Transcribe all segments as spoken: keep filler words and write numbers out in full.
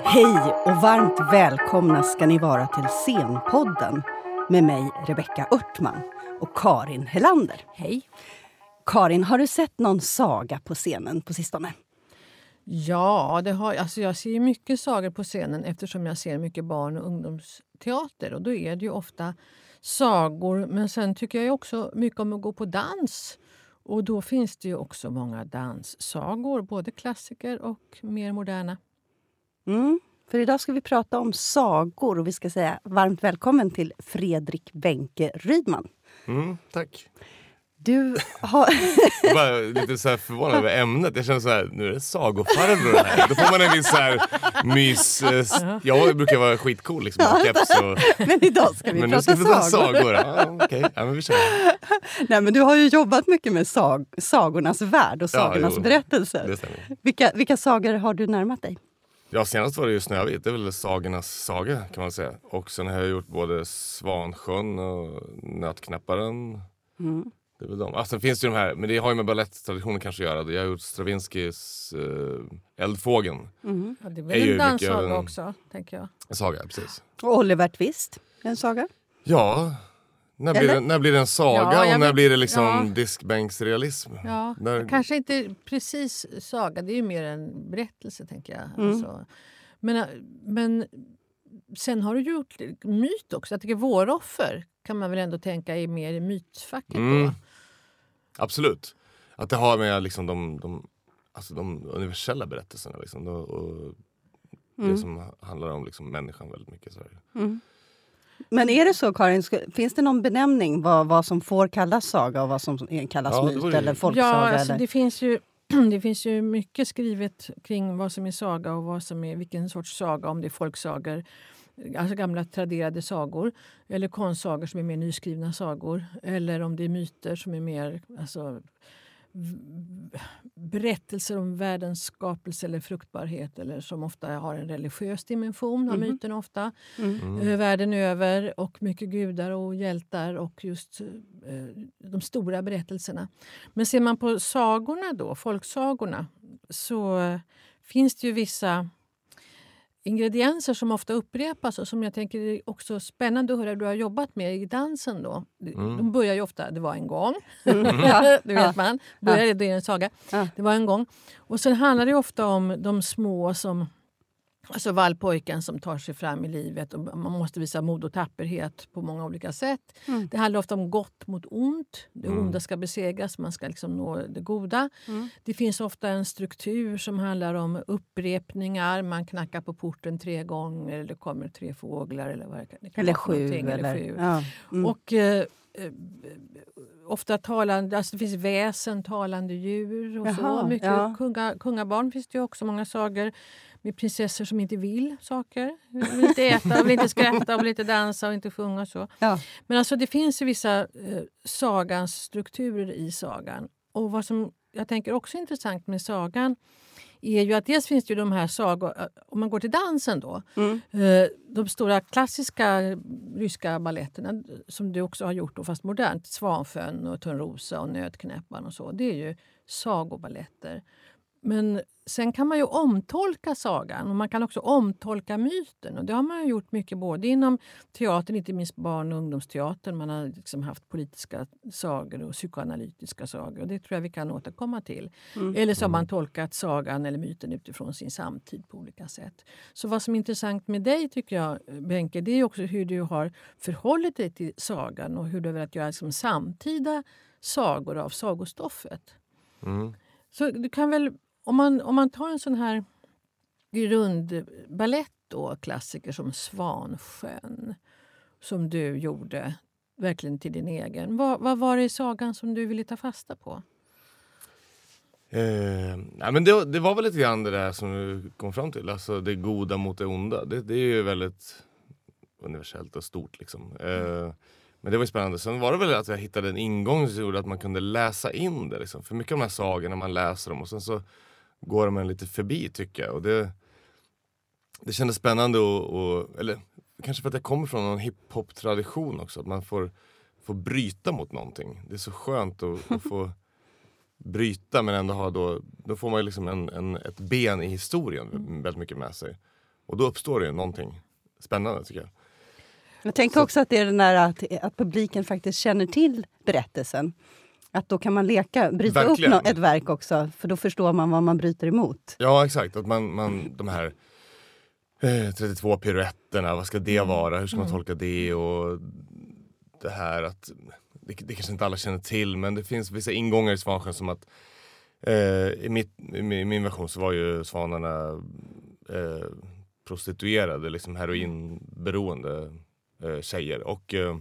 Hej och varmt välkomna ska ni vara till Scenpodden med mig Rebecka Örtman och Karin Helander. Hej. Karin, har du sett någon saga på scenen på sistone? Ja, det har, alltså jag ser mycket sagor på scenen eftersom jag ser mycket barn- och ungdomsteater. Och då är det ju ofta sagor, men sen tycker jag också mycket om att gå på dans. Och då finns det ju också många danssagor, både klassiker och mer moderna. Mm, för idag ska vi prata om sagor och vi ska säga varmt välkommen till Fredrik Wenke Rydman. Mm, tack. Du har... Jag är bara lite så här förvånad över ämnet. Jag känner så här, nu är det sagofarbror här. Då får man en viss så här mys... Eh, jag brukar vara skitcool liksom. Ja, keps och... Men idag ska vi men prata ska vi prata sagor. sagor. Ja, okej. Okay. Ja, men vi kör. Nej, men du har ju jobbat mycket med sag- sagornas värld och sagornas ja, jo, berättelser. Det stämmer. Vilka, vilka sagor har du närmat dig? Ja, senast var det ju Snövit. Det är väl sagornas saga kan man säga. Och sen har jag gjort både Svansjön och Nötknäpparen. Mm. Det är väl de. Alltså, finns det ju de här, men det har ju med baletttraditionen kanske att göra. Jag har gjort Stravinskys äh, Eldfågeln. Mm. Ja, det är väl är en danssaga en, också, tänker jag. En saga, precis. Och Oliver Twist, en saga? Ja, när blir, det, när blir det en saga ja, och när vet, blir det liksom ja. diskbänksrealism? Ja, när... kanske inte precis saga, det är ju mer en berättelse, tänker jag. Mm. Alltså. Men, men sen har du gjort myt också. Jag tycker Våroffer kan man väl ändå tänka är mer i mytfacket mm. då. Absolut. Att det har med liksom de, de, alltså de universella berättelserna liksom, och, och mm. det som handlar om liksom människan väldigt mycket. Så mm. Men är det så, Karin, finns det någon benämning vad, vad som får kallas saga och vad som kallas ja, myt eller folksaga? Ja, alltså eller? Det, finns ju, det finns ju mycket skrivet kring vad som är saga och vad som är, vilken sorts saga, om det är folksagor. Alltså gamla traderade sagor eller konstsagor som är mer nyskrivna sagor, eller om det är myter som är mer alltså, v- berättelser om världens skapelse eller fruktbarhet, eller som ofta har en religiös dimension av mm. myten ofta mm. eh, världen över, och mycket gudar och hjältar och just eh, de stora berättelserna. Men ser man på sagorna då, folksagorna, så eh, finns det ju vissa ingredienser som ofta upprepas och som jag tänker är också spännande att höra hur du har jobbat med i dansen då. Mm. De börjar ju ofta, det var en gång. Mm. Ja, det vet ja. man. Börjar det i en saga. Ja. Det var en gång. Och sen handlar det ofta om de små som, alltså vallpojken som tar sig fram i livet, och man måste visa mod och tapperhet på många olika sätt. Mm. Det handlar ofta om gott mot ont. Det mm. onda ska besegras, man ska liksom nå det goda. Mm. Det finns ofta en struktur som handlar om upprepningar. Man knackar på porten tre gånger, eller det kommer tre fåglar eller vad det kan, det kan eller sju. Eller, eller sju. Ja. Mm. Och eh, eh, ofta talande, alltså det finns väsen, talande djur och Jaha, så. Mycket ja. kunga, kungabarn finns det ju också, många sagor med prinsessor som inte vill saker. Vill inte äta, vill inte skratta, vill inte dansa och inte sjunga och så. Ja. Men alltså det finns ju vissa eh, sagans strukturer i sagan. Och vad som jag tänker också är intressant med sagan är ju att dels finns det ju de här sagor, om man går till dansen då, mm. eh, de stora klassiska ryska balletterna som du också har gjort då, fast modernt, Svansjön och Törnrosa och Nötknäpparen och så, det är ju sagobaletter. Men sen kan man ju omtolka sagan, och man kan också omtolka myten. Och det har man ju gjort mycket både inom teatern, inte minst barn- och ungdomsteatern. Man har liksom haft politiska sagor och psykoanalytiska sagor. Och det tror jag vi kan återkomma till. Mm. Eller så har man tolkat sagan eller myten utifrån sin samtid på olika sätt. Så vad som är intressant med dig, tycker jag, Wenke, det är också hur du har förhållit dig till sagan och hur du har velat göra liksom samtida sagor av sagostoffet. Mm. Så du kan väl, om man, om man tar en sån här grundballett då, klassiker som Svansjön, som du gjorde verkligen till din egen. Vad, vad var det i sagan som du ville ta fasta på? Eh, nej, men det, det var väl lite grann det där som du kom fram till. Alltså det goda mot det onda. Det, det är ju väldigt universellt och stort liksom. Eh, Men det var ju spännande. Sen var det väl att jag hittade en ingång som gjorde att man kunde läsa in det. Liksom. För mycket av de här sagorna, man läser dem och sen så går de en lite förbi, tycker jag. Och det, det kändes spännande och, och, eller kanske för att jag kommer från en hiphop-tradition också. Att man får, får bryta mot någonting. Det är så skönt att, att få bryta, men ändå ha då, då får man ju liksom en, en, ett ben i historien väldigt mycket med sig. Och då uppstår det ju någonting spännande tycker jag. Jag tänker också att det är den där att, att publiken faktiskt känner till berättelsen. Att då kan man leka, bryta Verkligen. upp no- ett verk också. För då förstår man vad man bryter emot. Ja, exakt. Att man, man, de här eh, trettiotvå piruetterna, vad ska det vara? Hur ska man tolka det? Och det här att, det, det kanske inte alla känner till, men det finns vissa ingångar i Svansjön som att eh, i, mitt, i min version så var ju svanarna eh, prostituerade, liksom heroinberoende eh, tjejer. Och, eh,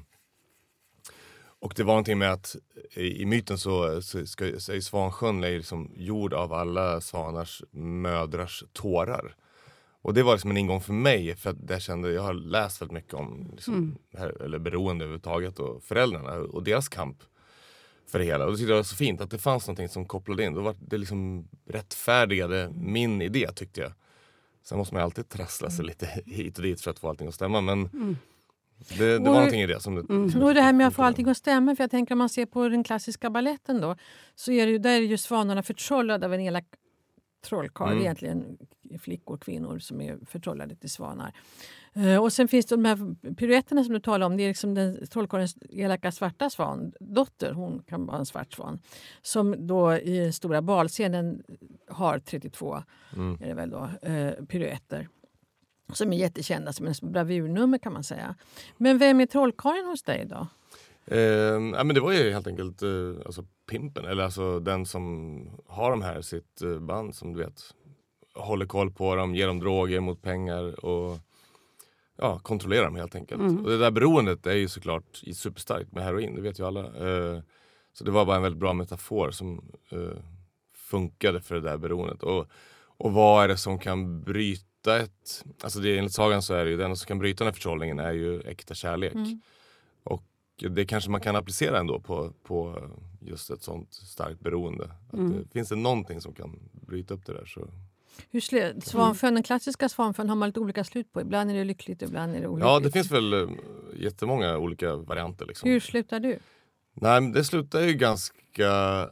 och det var någonting med att i, i myten så, så, ska, så är Svansjön är liksom gjord av alla svanars mödrars tårar. Och det var liksom en ingång för mig, för att jag kände, jag har läst väldigt mycket om liksom, Mm. här, eller beroende överhuvudtaget och föräldrarna och deras kamp för det hela. Och då tyckte jag det var så fint att det fanns någonting som kopplade in. Då var det liksom rättfärdigade min idé, tyckte jag. Sen måste man ju alltid trassla sig lite hit och dit för att få allting att stämma. Men Mm. det, det var Och- någonting i det som... Det, Mm. som Och det här med att få allting att stämma, för jag tänker om man ser på den klassiska balletten då, så är det ju, där är ju svanarna förtrollade av en elak trollkarl, Mm. egentligen flickor, kvinnor som är förtrollade till svanar. Eh, och sen finns det de här piruetterna som du talar om, det är liksom den trollkarlens elaka svarta svan, dotter, hon kan vara en svart svan, som då i den stora balscenen har trettiotvå Mm. är det väl då, eh, piruetter. Som är jättekända som en bravurnummer kan man säga. Men vem är trollkarlen hos dig då? Eh, ja, men det var ju helt enkelt eh, alltså pimpen, eller alltså den som har de här sitt eh, band som du vet håller koll på dem, ger dem droger mot pengar och ja, kontrollerar dem helt enkelt. Mm. Och det där beroendet är ju såklart superstarkt med heroin, det vet ju alla. Eh, så det var bara en väldigt bra metafor som eh, funkade för det där beroendet. Och, och vad är det som kan bryta ett... Alltså det, enligt sagan så är det ju den som kan bryta den här förtrollningen är ju äkta kärlek. Mm. Och det kanske man kan applicera ändå på, på just ett sånt starkt beroende. Att Mm. det, finns det någonting som kan bryta upp det där så... Hur sl- Svansjön, den klassiska Svansjön har man lite olika slut på. Ibland är det lyckligt, ibland är det olyckligt. Ja, det finns väl eh, jättemånga olika varianter. Liksom. Hur slutar du? Nej, men det slutar ju ganska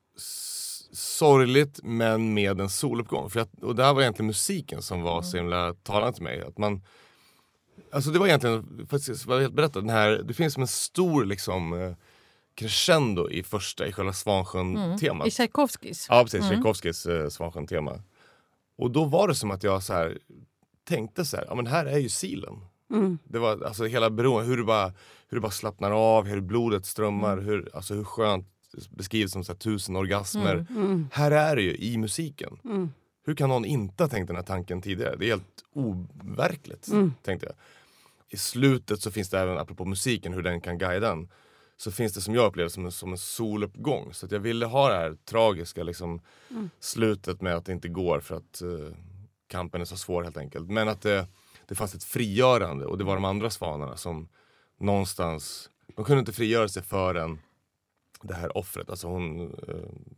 s- sorgligt men med en soluppgång. För att, och det här var egentligen musiken som var så himla talande till mig. Att man, alltså det var egentligen, faktiskt var helt berättat, den här, det finns som en stor liksom eh, crescendo i första, i själva Svansjön-temat. I Tchaikovskis? Ja, precis. Mm. Tchaikovskis eh, Svansjön-tema. Och då var det som att jag så här tänkte så här, ja men här är ju silen. Mm. Det var alltså hela beroende, hur du bara, hur du bara slappnar av, hur blodet strömmar, Mm. hur, alltså hur skönt beskrivs som så här, tusen orgasmer. Mm. Mm. Här är det ju i musiken. Mm. Hur kan någon inte ha tänkt den här tanken tidigare? Det är helt overkligt, Mm. tänkte jag. I slutet så finns det även, apropå musiken, hur den kan guida den. Så finns det som jag upplevde som en, som en soluppgång. Så att jag ville ha det här tragiska liksom, Mm. slutet med att det inte går för att uh, kampen är så svår helt enkelt. Men att det, det fanns ett frigörande och det var de andra svanarna som någonstans, de kunde inte frigöra sig förrän det här offret, alltså hon, uh,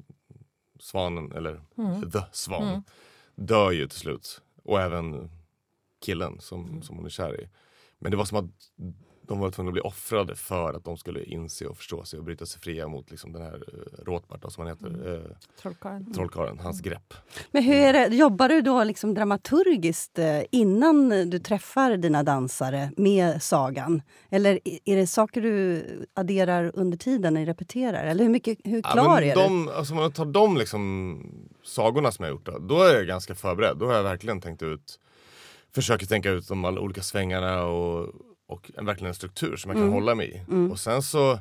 svanen, eller Mm. the svan, Mm. dör ju till slut. Och även killen som, som hon är kär i. Men det var som att de var tvungna att bli offrade för att de skulle inse och förstå sig och bryta sig fria mot liksom den här uh, Råthbart, som han heter, uh, Trollkarlen. trollkarlen, hans grepp. Men hur är det, jobbar du då liksom dramaturgiskt eh, innan du träffar dina dansare med sagan? Eller är det saker du adderar under tiden när ni repeterar? Eller hur, mycket, hur klar ja, men är de, alltså, om man tar de liksom, sagorna som jag har gjort, då, då är jag ganska förberedd. Då har jag verkligen tänkt ut, försöker tänka ut de alla olika svängarna och, och en, verkligen en struktur som jag kan Mm. hålla mig i. Mm. Och sen så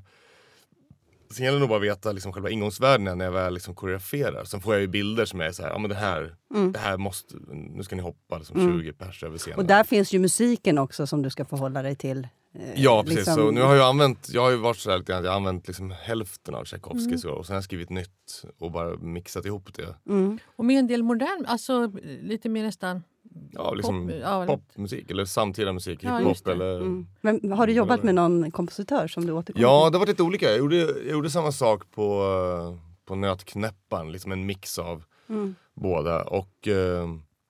sen gäller det nog bara att veta liksom själva ingångsvärdena när jag väl liksom koreograferar. Sen får jag ju bilder som är så här, ja men det här, Mm. det här måste, nu ska ni hoppa liksom Mm. tjugo pers över scenen. Och där finns ju musiken också som du ska förhålla dig till. eh, Ja, precis. liksom- Så nu har jag använt, jag har ju varit så här lite grann, jag har använt liksom hälften av Tchaikovsky Mm. så, och sen har jag skrivit nytt och bara mixat ihop det. Mm. Och med en del modern, alltså lite mer nästan Ja, liksom pop, ja, popmusik eller samtida musik, Ja, hiphop just det. eller... Mm. Men har du jobbat med någon kompositör som du återkommer Ja, till? det har varit lite olika. Jag gjorde, jag gjorde samma sak på, eh, på Nötknäpparen, liksom en mix av Mm. båda. Och, eh,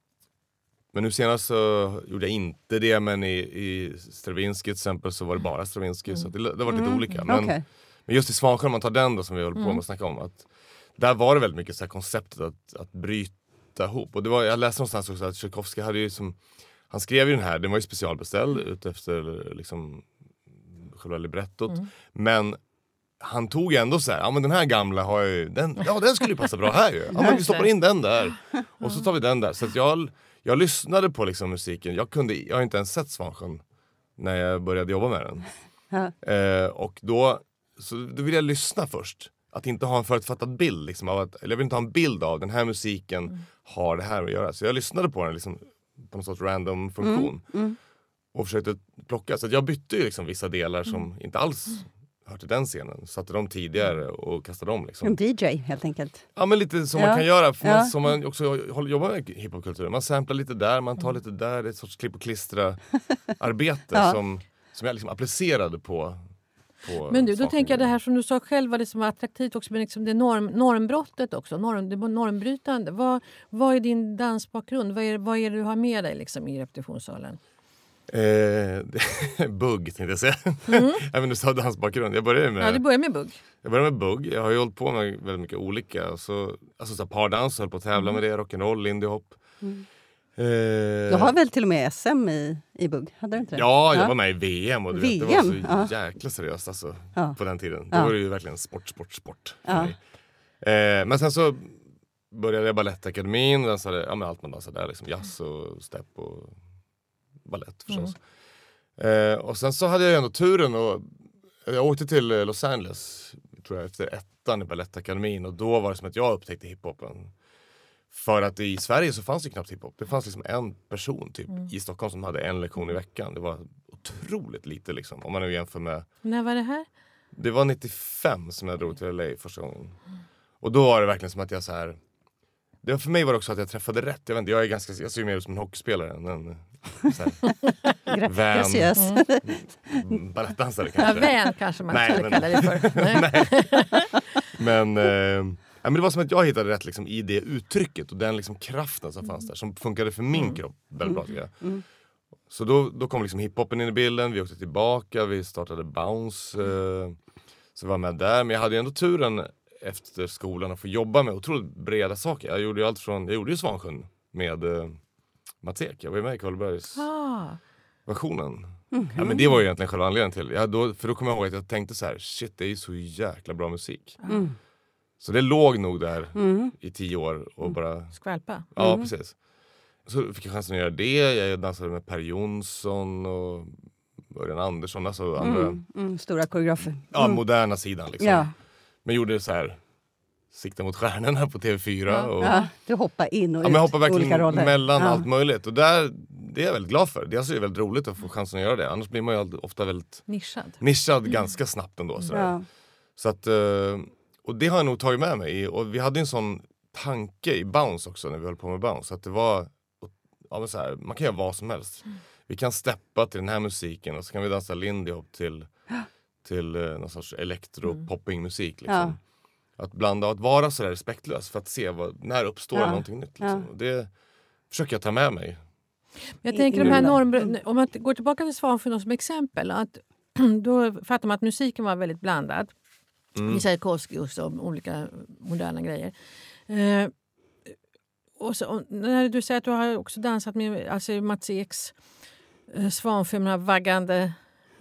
men nu senast så gjorde jag inte det, men i, i Stravinsky till exempel så var det bara Stravinsky, så det, det har varit lite Mm. olika. Men, Okej. men just i Svansjön, om man tar den då som vi håller på med Mm. att snacka om, att där var det väldigt mycket så här konceptet att, att bryta ihop. Och det var, jag läste någonstans också att Tchaikovsky hade ju som, han skrev ju den här, den var ju specialbeställd ut efter liksom själva librettot. Mm. Men han tog ändå så här, ja men den här gamla har ju, den, ja den skulle ju passa bra här ju. Ja men vi stoppar in den där. Och så tar vi den där. Så att jag, jag lyssnade på liksom musiken. Jag kunde, jag har inte ens sett Svansjön när jag började jobba med den. eh, och då, så då vill jag lyssna först. Att inte ha en förutfattad bild liksom, av att, eller jag vill inte ha en bild av den här musiken mm. har det här att göra. Så jag lyssnade på den liksom, på någon sorts random funktion. Mm. Mm. Och försökte plocka. Så att jag bytte ju liksom vissa delar som mm. inte alls hör till den scenen. Satte dem tidigare och kastade dem. Liksom. En D J helt enkelt. Ja men lite som ja. man kan göra. För ja. man, som man också jobbar med hiphopkulturen. Man samplar lite där, man tar mm. lite där. Det är ett sorts klipp och klistra arbete ja. som, som jag liksom applicerade på. Men du, då tänker jag det här som du sa själv var det som var attraktivt också, men liksom det norm, normbrottet också, norm, det normbrytande. Vad, vad är din dansbakgrund? Vad är, vad är det du har med dig liksom i repetitionssalen? Eh, bugg tänkte jag säga. Mm. Även du sa dansbakgrund. Jag började med, ja, du börjar med bugg. Jag började med bugg. Jag har ju hållit på med väldigt mycket olika. Så, alltså så pardans, jag höll på att tävla mm. med det. Rock'n'roll, lindy hop. Mm. Eh, du har väl till och med S M i, i bugg? Hade du inte det? Ja, jag ja. var med i V M och du V M? Vet, det var så ja. jäkla seriöst alltså, ja. på den tiden. Då ja. var det ju verkligen sport, sport, sport för ja. mig. Eh, men sen så började jag Balettakademin. Dansade, ja, men allt man dansade där. Liksom, jazz och step och ballett förstås. Mm. Eh, och sen så hade jag ändå turen och jag åkte till Los Angeles tror jag efter ettan i Balettakademin. Och då var det som att jag upptäckte hiphopen. För att i Sverige så fanns det knappt hiphop. Det fanns liksom en person typ mm. i Stockholm som hade en lektion i veckan. Det var otroligt lite liksom. Om man nu jämför med... När var det här? Det var nittiofem som jag drog till L A första gången. Mm. Och då var det verkligen som att jag så här... Det var, för mig var det också att jag träffade rätt. Jag vet inte, jag är ganska... Jag ser ju mer ut som en hockeyspelare än en... Vän. Mm, balettdansare kanske. Ja, vän kanske man skulle kalla det för. Nej. Men... Eh, Ja, men det var som att jag hittade rätt liksom, i det uttrycket och den liksom, kraften som fanns där som funkade för min mm. kropp väldigt bra tycker jag. Mm. Så då, då kom liksom hiphopen in i bilden, vi åkte tillbaka, vi startade Bounce eh, så var jag med där, men jag hade ju ändå turen efter skolan att få jobba med otroligt breda saker. Jag gjorde ju allt från, jag gjorde ju Svansjön med eh, Mats Ek, jag var ju med i Karlbergs ah. versionen. Mm-hmm. Ja, men det var ju egentligen själva anledningen till ja, då, för då kom jag ihåg att jag tänkte så här: shit, det är ju så jäkla bra musik. Mm. Så det låg nog där mm. i tio år och bara... Skvalpa. Ja, mm. precis. Så fick jag chansen att göra det. Jag dansade med Per Jonsson och Örjan Andersson. Alltså andra... Mm. Mm. Stora koreografer. Mm. Ja, moderna sidan liksom. Ja. Men gjorde det så här... Sikta mot stjärnorna på T V fyra. Ja. Och... Ja, du hoppar in och ja, ut. Jag hoppar verkligen olika roller. mellan ja. allt möjligt. Och där, det är jag väldigt glad för. Det är alltså väldigt roligt att få chansen att göra det. Annars blir man ju ofta väldigt... Nischad. Nischad mm. ganska snabbt ändå. Sådär. Ja. Så att... Uh... Och det har jag nog tagit med mig. Och vi hade en sån tanke i Bounce också när vi höll på med Bounce. Att det var, ja, men så här, man kan göra vad som helst. Mm. Vi kan steppa till den här musiken och så kan vi dansa lindy hop till, till eh, någon sorts elektro-popping-musik. Liksom. Ja. Att blanda och att vara så där respektlös för att se vad, när uppstår ja. någonting nytt. Liksom. Ja. Och det försöker jag ta med mig. Jag tänker de här norm... Om man går tillbaka till Svansjön som exempel. Att då fattar man att musiken var väldigt blandad. Mm. Tchaikovsky och så, olika moderna grejer. Eh, och så, och när du säger att du har också dansat med alltså Mats Eks eh, Svansjön, de här vaggande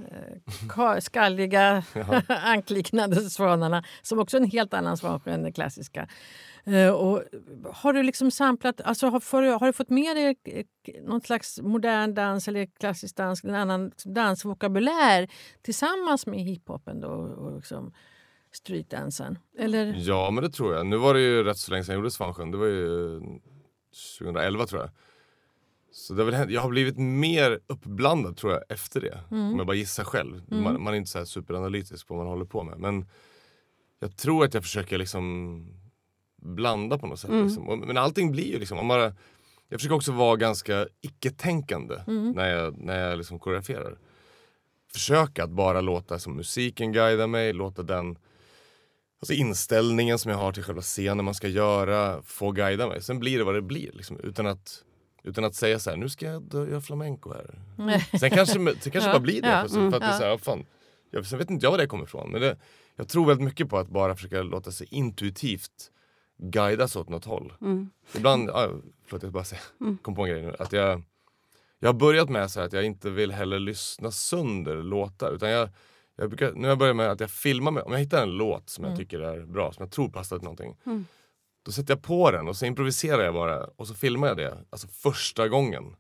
eh, skalliga ankliknande svanarna som också är en helt annan Svansjön än den klassiska. Eh, och har du liksom samplat, alltså har, för, har du fått med dig någon slags modern dans eller klassisk dans, en annan dansvokabulär tillsammans med hiphopen då och liksom streetdansen, eller? Ja, men det tror jag. Nu var det ju rätt så länge sedan jag gjorde Svansjön. Det var ju tjugoelva tror jag. Så det har väl, jag har blivit mer uppblandad tror jag efter det. Mm. Om jag bara gissar själv. Mm. Man, man är inte så här superanalytisk på vad man håller på med. Men jag tror att jag försöker liksom blanda på något sätt. Mm. Liksom. Men allting blir ju liksom... Om man, jag försöker också vara ganska icke-tänkande mm. när jag, när jag liksom koreograferar. Försöka att bara låta som musiken guida mig. Låta den... Alltså inställningen som jag har till själva scenen man ska göra få guida mig. Sen blir det vad det blir. Liksom, utan, att, utan att säga så här, nu ska jag göra flamenco här. Mm. Sen kanske, sen kanske ja, bara blir det. Ja, för, mm, för att ja. det är så här, fan, jag, sen vet inte jag var det kommer ifrån. Men det, jag tror väldigt mycket på att bara försöka låta sig intuitivt guidas åt något håll. Mm. Ibland, ja, förlåt jag bara säga, mm. kom på en grej nu. Att jag, jag har börjat med så här att jag inte vill heller lyssna sönder låtar. Utan jag, jag brukar, nu har jag börjat med att jag filmar med, om jag hittar en låt som jag Mm. tycker är bra, som jag tror passar till någonting. Mm. Då sätter jag på den och så improviserar jag bara. Och så filmar jag det, alltså första gången.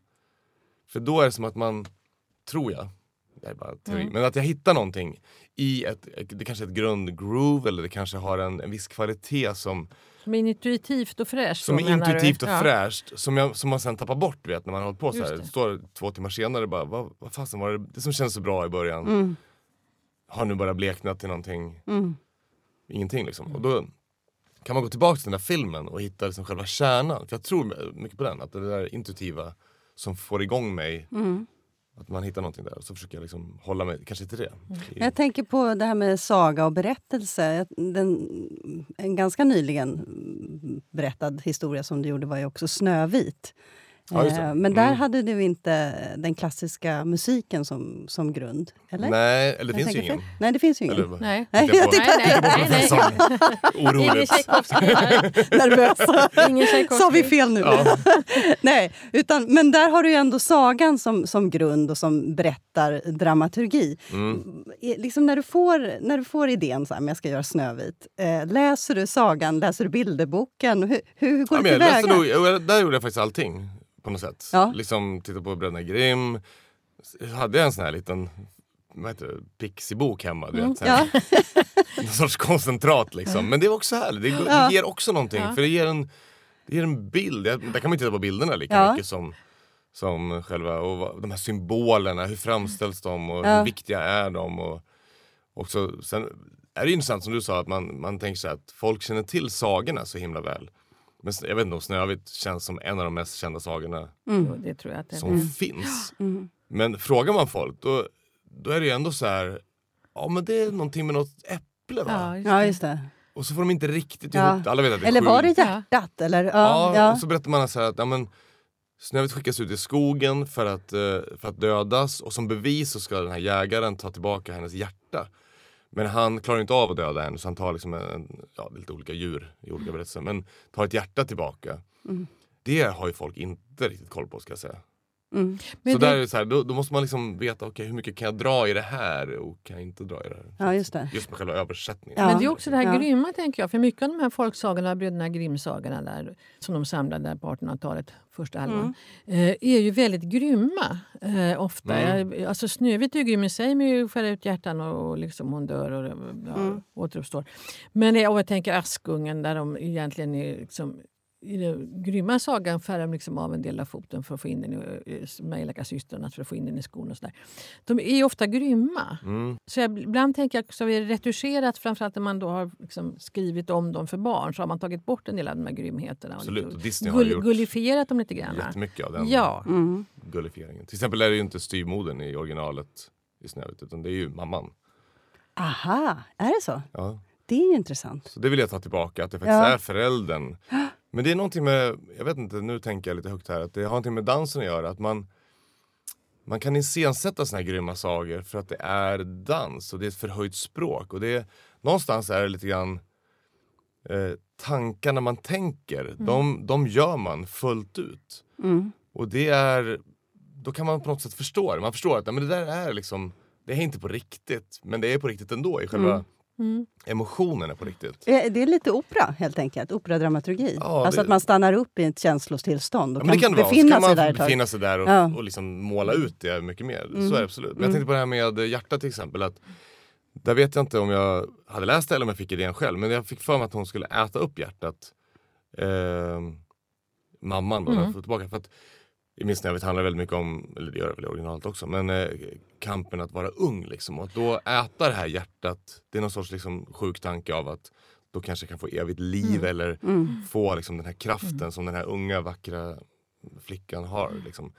För då är det som att man, tror jag, det är bara teori, Mm. men att jag hittar någonting i ett, det kanske är ett grundgroove eller det kanske har en, en viss kvalitet som, Som är intuitivt och fräscht. som då, är menar du? intuitivt och Ja. fräscht som, jag, som man sen tappar bort, vet, när man har hållit på så Just här. det. Står två timmar senare bara, vad, vad fasen var det, det som känns så bra i början Mm. har nu bara bleknat till någonting, Mm. ingenting liksom. Och då kan man gå tillbaka till den där filmen och hitta liksom själva kärnan. För jag tror mycket på den, att det där intuitiva som får igång mig, Mm. att man hittar någonting där. Och så försöker jag liksom hålla mig kanske till det. I- Jag tänker på det här med saga och berättelse. Den, en ganska nyligen berättad historia som du gjorde var ju också Snövit. Ja, just det. Eh, Men där Mm. hade du inte den klassiska musiken som, som grund, eller? Nej, eller det Jag finns ju tänker ingen. fel. Nej, det finns ju ingen. Eller, vad? Nej. Nej, Hittar jag jag på- tittar- Nej, nej, nej, nej. Ingen Oroligt. Tchaikovsky här. Nervös. Ingen Tchaikovsky. Sa vi fel nu? Ja. Nej, utan, men där har du ju ändå sagan som, som grund och som berättar dramaturgi. Mm. I- Liksom när, du får, när du får idén, så här, men jag ska göra Snövit, eh, läser du sagan, läser du bilderboken? Hur, hur går Ja, du men jag läste tillväga? nog, jag, där gjorde jag faktiskt allting på något sätt. Ja. Liksom titta på Bröderna Grimm. Jag hade en sån här liten, vad heter det, pixibok hemma. Du Mm, vet, så här. ja. En sorts koncentrat liksom. Men det är också härligt. Det, Ja. det ger också någonting. Ja. För det ger en, det ger en bild. Där kan man titta på bilderna lika Ja. mycket som, som själva. Och vad- de här symbolerna, hur framställs de och Ja. hur viktiga är de. Och också, sen är det intressant som du sa att man, man tänker sig att folk känner till sagorna så himla väl. Men jag vet inte om Snövit känns som en av de mest kända sagorna Jo, det tror jag att det är. som finns. Mm. Men frågar man folk då, då är det ju ändå så här, ja men det är någonting med något äpple va? Ja, just Ja, det. just det. Och så får de inte riktigt Ja. ihop det. Alla vet att det är Eller var det sjukt. hjärtat? Eller, ja, Ja, ja. och så berättar man så här att ja, men, Snövit skickas ut i skogen för att, eh, för att dödas. Och som bevis så ska den här jägaren ta tillbaka hennes hjärta. Men han klarar inte av att döda henne så han tar liksom en, ja, det är lite olika djur i olika berättelser. Men tar ett hjärta tillbaka. Mm. Det har ju folk inte riktigt koll på ska jag säga. Mm. Men så det- där är det så här, då, då måste man liksom veta okay, hur mycket kan jag dra i det här och kan jag inte dra i det här. Ja, just det. Just med själva översättningen. Ja. Men det är också det här Ja. grymma, tänker jag. För mycket av de här folksagorna, Bröderna Grimm-sagorna där, som de samlade där på artonhundratalet, första halvan, eh, är ju väldigt grymma eh, ofta. Mm. Jag, alltså Snövit är ju grym i sig med att skära ut hjärtan och, och liksom hon dör och ja, Mm. återuppstår. Men jag, och jag tänker Askungen där de egentligen är liksom, i den grymma sagan skär de liksom av en del av foten för att få in den i de elaka systrarna, för att få in den i skon och sådär. De är ju ofta grymma. Mm. Så jag, ibland tänker jag också att vi är retuscherat, framförallt när man då har liksom skrivit om dem för barn, så har man tagit bort en del av de här grymheterna. Och Absolut, lite och Disney har gull, gjort gullifierat dem lite grann. jättemycket av den Ja. Mm. gullifieringen. Till exempel är det ju inte styvmodern i originalet i Snövit utan det är ju mamman. Aha, är det så? Ja. Det är ju intressant. Så det vill jag ta tillbaka, att det faktiskt Ja. är föräldern. Men det är någonting med, jag vet inte, nu tänker jag lite högt här, att det har någonting med dansen att göra. Att man, man kan iscensätta såna här grymma sagor för att det är dans och det är ett förhöjt språk. Och det är, någonstans är det lite grann eh, tankarna man tänker, Mm. de, de gör man fullt ut. Mm. Och det är, då kan man på något sätt förstå det. Man förstår att ja, men det där är liksom, det är inte på riktigt, men det är på riktigt ändå i själva Mm. Mm. emotionen är på riktigt. Eh, Det är lite opera helt enkelt, operadramaturgi. Ja, alltså det- att man stannar upp i ett känslostillstånd och Ja, men det kan det vara. Så befinna kan sig man där ett tag. befinna sig där och, Ja. och liksom måla ut det mycket mer. Mm. Så är det absolut. Men jag Mm. tänkte på det här med hjärta till exempel. Att, där vet jag inte om jag hade läst det eller om jag fick idén själv. Men jag fick för mig att hon skulle äta upp hjärtat. Eh, mamman då, Mm. när jag får tillbaka. För att, i minst när jag vet handlar väldigt mycket om, eller det gör det väl i originalet också, men eh, kampen att vara ung liksom. Och att då äta det här hjärtat, det är någon sorts liksom, sjuk tanke av att då kanske jag kan få evigt liv Mm. eller Mm. få liksom, den här kraften Mm. som den här unga vackra flickan har. Liksom.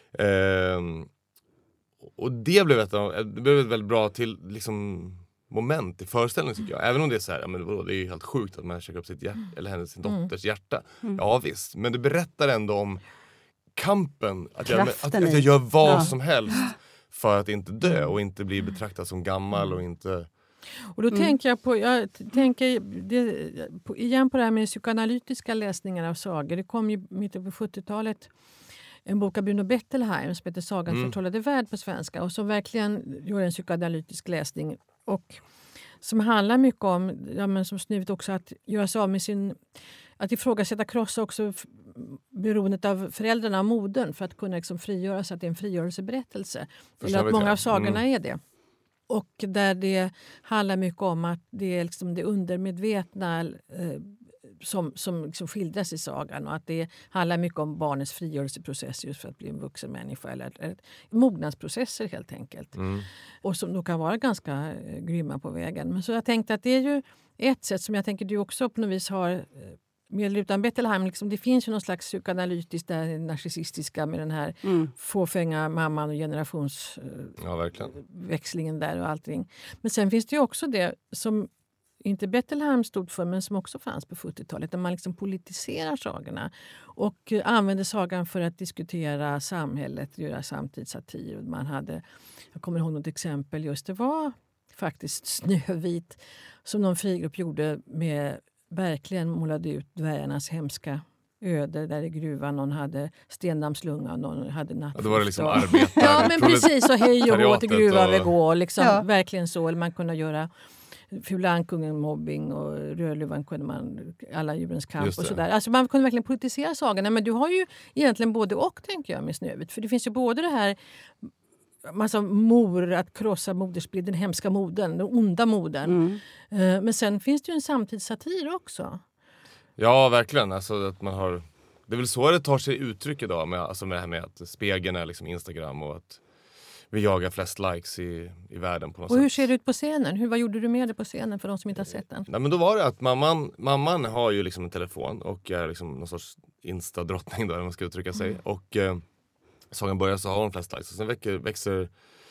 Ehm, och det blev, ett, av- det blev ett väldigt bra till liksom, moment i föreställningen tycker jag. Även om det är så här, ja, men vadå, det är ju helt sjukt att man käkar upp sitt hjärta, eller hennes, sin Mm. dotters hjärta. Mm. Ja visst, men det berättar ändå om kampen. Att jag, att, Kraften att jag i. gör vad Ja. som helst för att inte dö och inte bli betraktad som gammal och inte... Och då Mm. tänker jag på, jag t- tänker det, på, igen på det här med psykoanalytiska läsningar av sagor. Det kom ju mitten på sjuttiotalet en bok av Bruno Bettelheim som heter Sagan Mm. förtrollade värld på svenska och som verkligen gör en psykoanalytisk läsning och som handlar mycket om, ja, men som Snövit också, att göra sig av med sin, att ifrågasätta, krossa också f- beroendet av föräldrarna och modern för att kunna liksom frigöra sig, att det är en frigörelseberättelse. För Eller att Snövit, många ja. av sagorna Mm. är det. Och där det handlar mycket om att det är liksom det undermedvetna eh, som, som liksom skildras i sagan och att det handlar mycket om barnets frigörelseprocess just för att bli en vuxen människa eller, eller mognadsprocesser helt enkelt. Mm. Och som då kan vara ganska eh, grymma på vägen. Men så jag tänkte att det är ju ett sätt som jag tänker du också på något vis har eh, med eller utan Bettelheim. Liksom, det finns ju någon slags psykoanalytiskt, det narcissistiska med den här Mm. fåfänga mamman och generationsväxlingen Ja, verkligen. där och allting. Men sen finns det ju också det som inte Bettelheim stod för men som också fanns på fyrtiotalet där man liksom politiserar sagorna och eh, använder sagan för att diskutera samhället, göra samtidssatir. Man hade, jag kommer ihåg något exempel just, det var faktiskt Snövit som någon frigrupp gjorde med verkligen målade ut dvärgarnas hemska öde där i gruvan. Någon hade stendammslunga, någon hade nattskift. Ja, då var det liksom och- arbetare. Ja, men precis. Och hej och hå till gruvan vi och- går. Liksom, Ja. Verkligen så. Eller man kunde göra Fula ankungen, mobbing och Rödluvan kunde man, alla djurens kamp Just och det. sådär. Alltså man kunde verkligen politisera sagan. Men du har ju egentligen både och, tänker jag, med Snövit. För det finns ju både det här massa mor, att krossa modersbild, den hemska modern, den onda modern. Mm. Eh, Men sen finns det ju en samtidssatir också. Ja, verkligen. Alltså, att man har... Det är väl så det tar sig uttryck idag med, alltså med det här med att spegeln är liksom Instagram och att vi jagar flest likes i, i världen på något Och sätt. hur ser det ut på scenen? Hur, vad gjorde du med det på scenen för de som inte har sett den? Nej, men då var det att mamman, mamman har ju liksom en telefon och är liksom någon sorts Insta-drottning då, om man ska uttrycka sig. Mm. Och eh, sagan börjar så har hon flest likes. Och sen växer, växer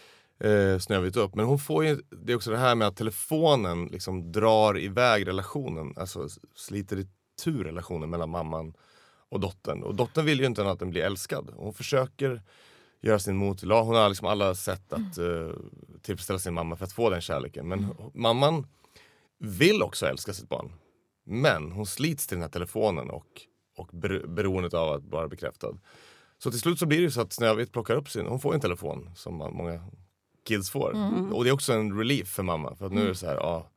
eh, Snövit upp. Men hon får ju, det är också det här med att telefonen liksom drar iväg relationen. Alltså sliter itu relationen mellan mamman och dottern. Och dottern vill ju inte att den blir älskad. Hon försöker göra sin motlag. Hon har liksom alla sätt att uh, tillfredsställa sin mamma för att få den kärleken. Men mm. mamman vill också älska sitt barn. Men hon slits till den här telefonen och, och ber- beroendet av att vara bekräftad. Så till slut så blir det ju så att Snövit plockar upp sin... Hon får en telefon som många kids får. Mm. Och det är också en relief för mamma. För att nu är det så här, ja...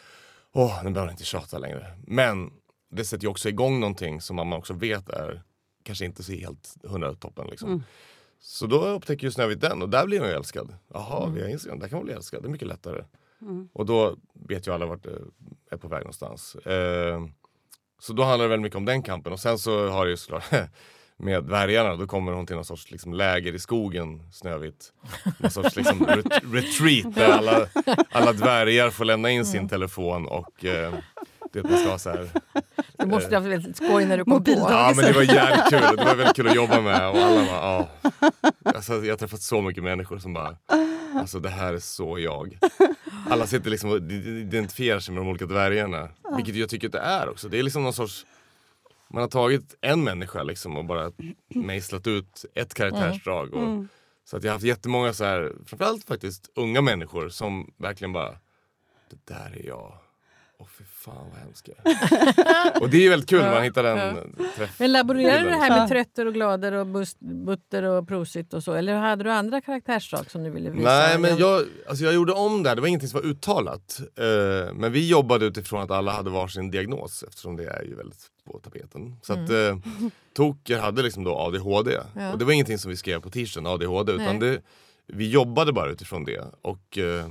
Åh, nu behöver hon inte tjata längre. Men det sätter ju också igång någonting som mamma också vet är kanske inte så helt hundra toppen liksom. Mm. Så då upptäcker ju Snövit den och där blir hon ju älskad. Jaha, Mm. vi har Instagram, där kan hon bli älskad. Det är mycket lättare. Mm. Och då vet ju alla vart det är på väg någonstans. Eh, så då handlar det väldigt mycket om den kampen. Och sen så har det ju såklart med dvärgarna, då kommer hon till någon sorts liksom, läger i skogen, Snövit. Någon sorts liksom, ret- retreat där alla, alla dvärgar får lämna in sin telefon och eh, det man ska ha så här. Du måste ha väldigt skoj när du kom Mobildag. på. Ja, men det var jävligt kul. Det var väldigt kul att jobba med. Och alla bara, ja. Alltså, jag har träffat så mycket människor som bara, alltså det här är så jag. Alla sitter liksom och identifierar sig med de olika dvärgarna. Vilket jag tycker att det är också. Det är liksom någon sorts, man har tagit en människa liksom och bara mejslat ut ett karaktärsdrag. Och, Mm. så att jag har haft jättemånga så här, framförallt faktiskt unga människor som verkligen bara, det där är jag. Åh fy fan vad hemskt jag är. Och det är ju väldigt kul när man hittar den träff. Men laborerar du det här Ja. med trötter och glader och bust, butter och prosit och så? Eller hade du andra karaktärsdrag som du ville visa? Nej, men jag, alltså jag gjorde om det här. Det var ingenting som var uttalat. Uh, men vi jobbade utifrån att alla hade varsin diagnos. Eftersom det är ju väldigt på tapeten. Så att uh, Toker hade liksom då A D H D. Ja. Och det var ingenting som vi skrev på t-shirten, A D H D. Utan Nej. det, vi jobbade bara utifrån det. Och uh,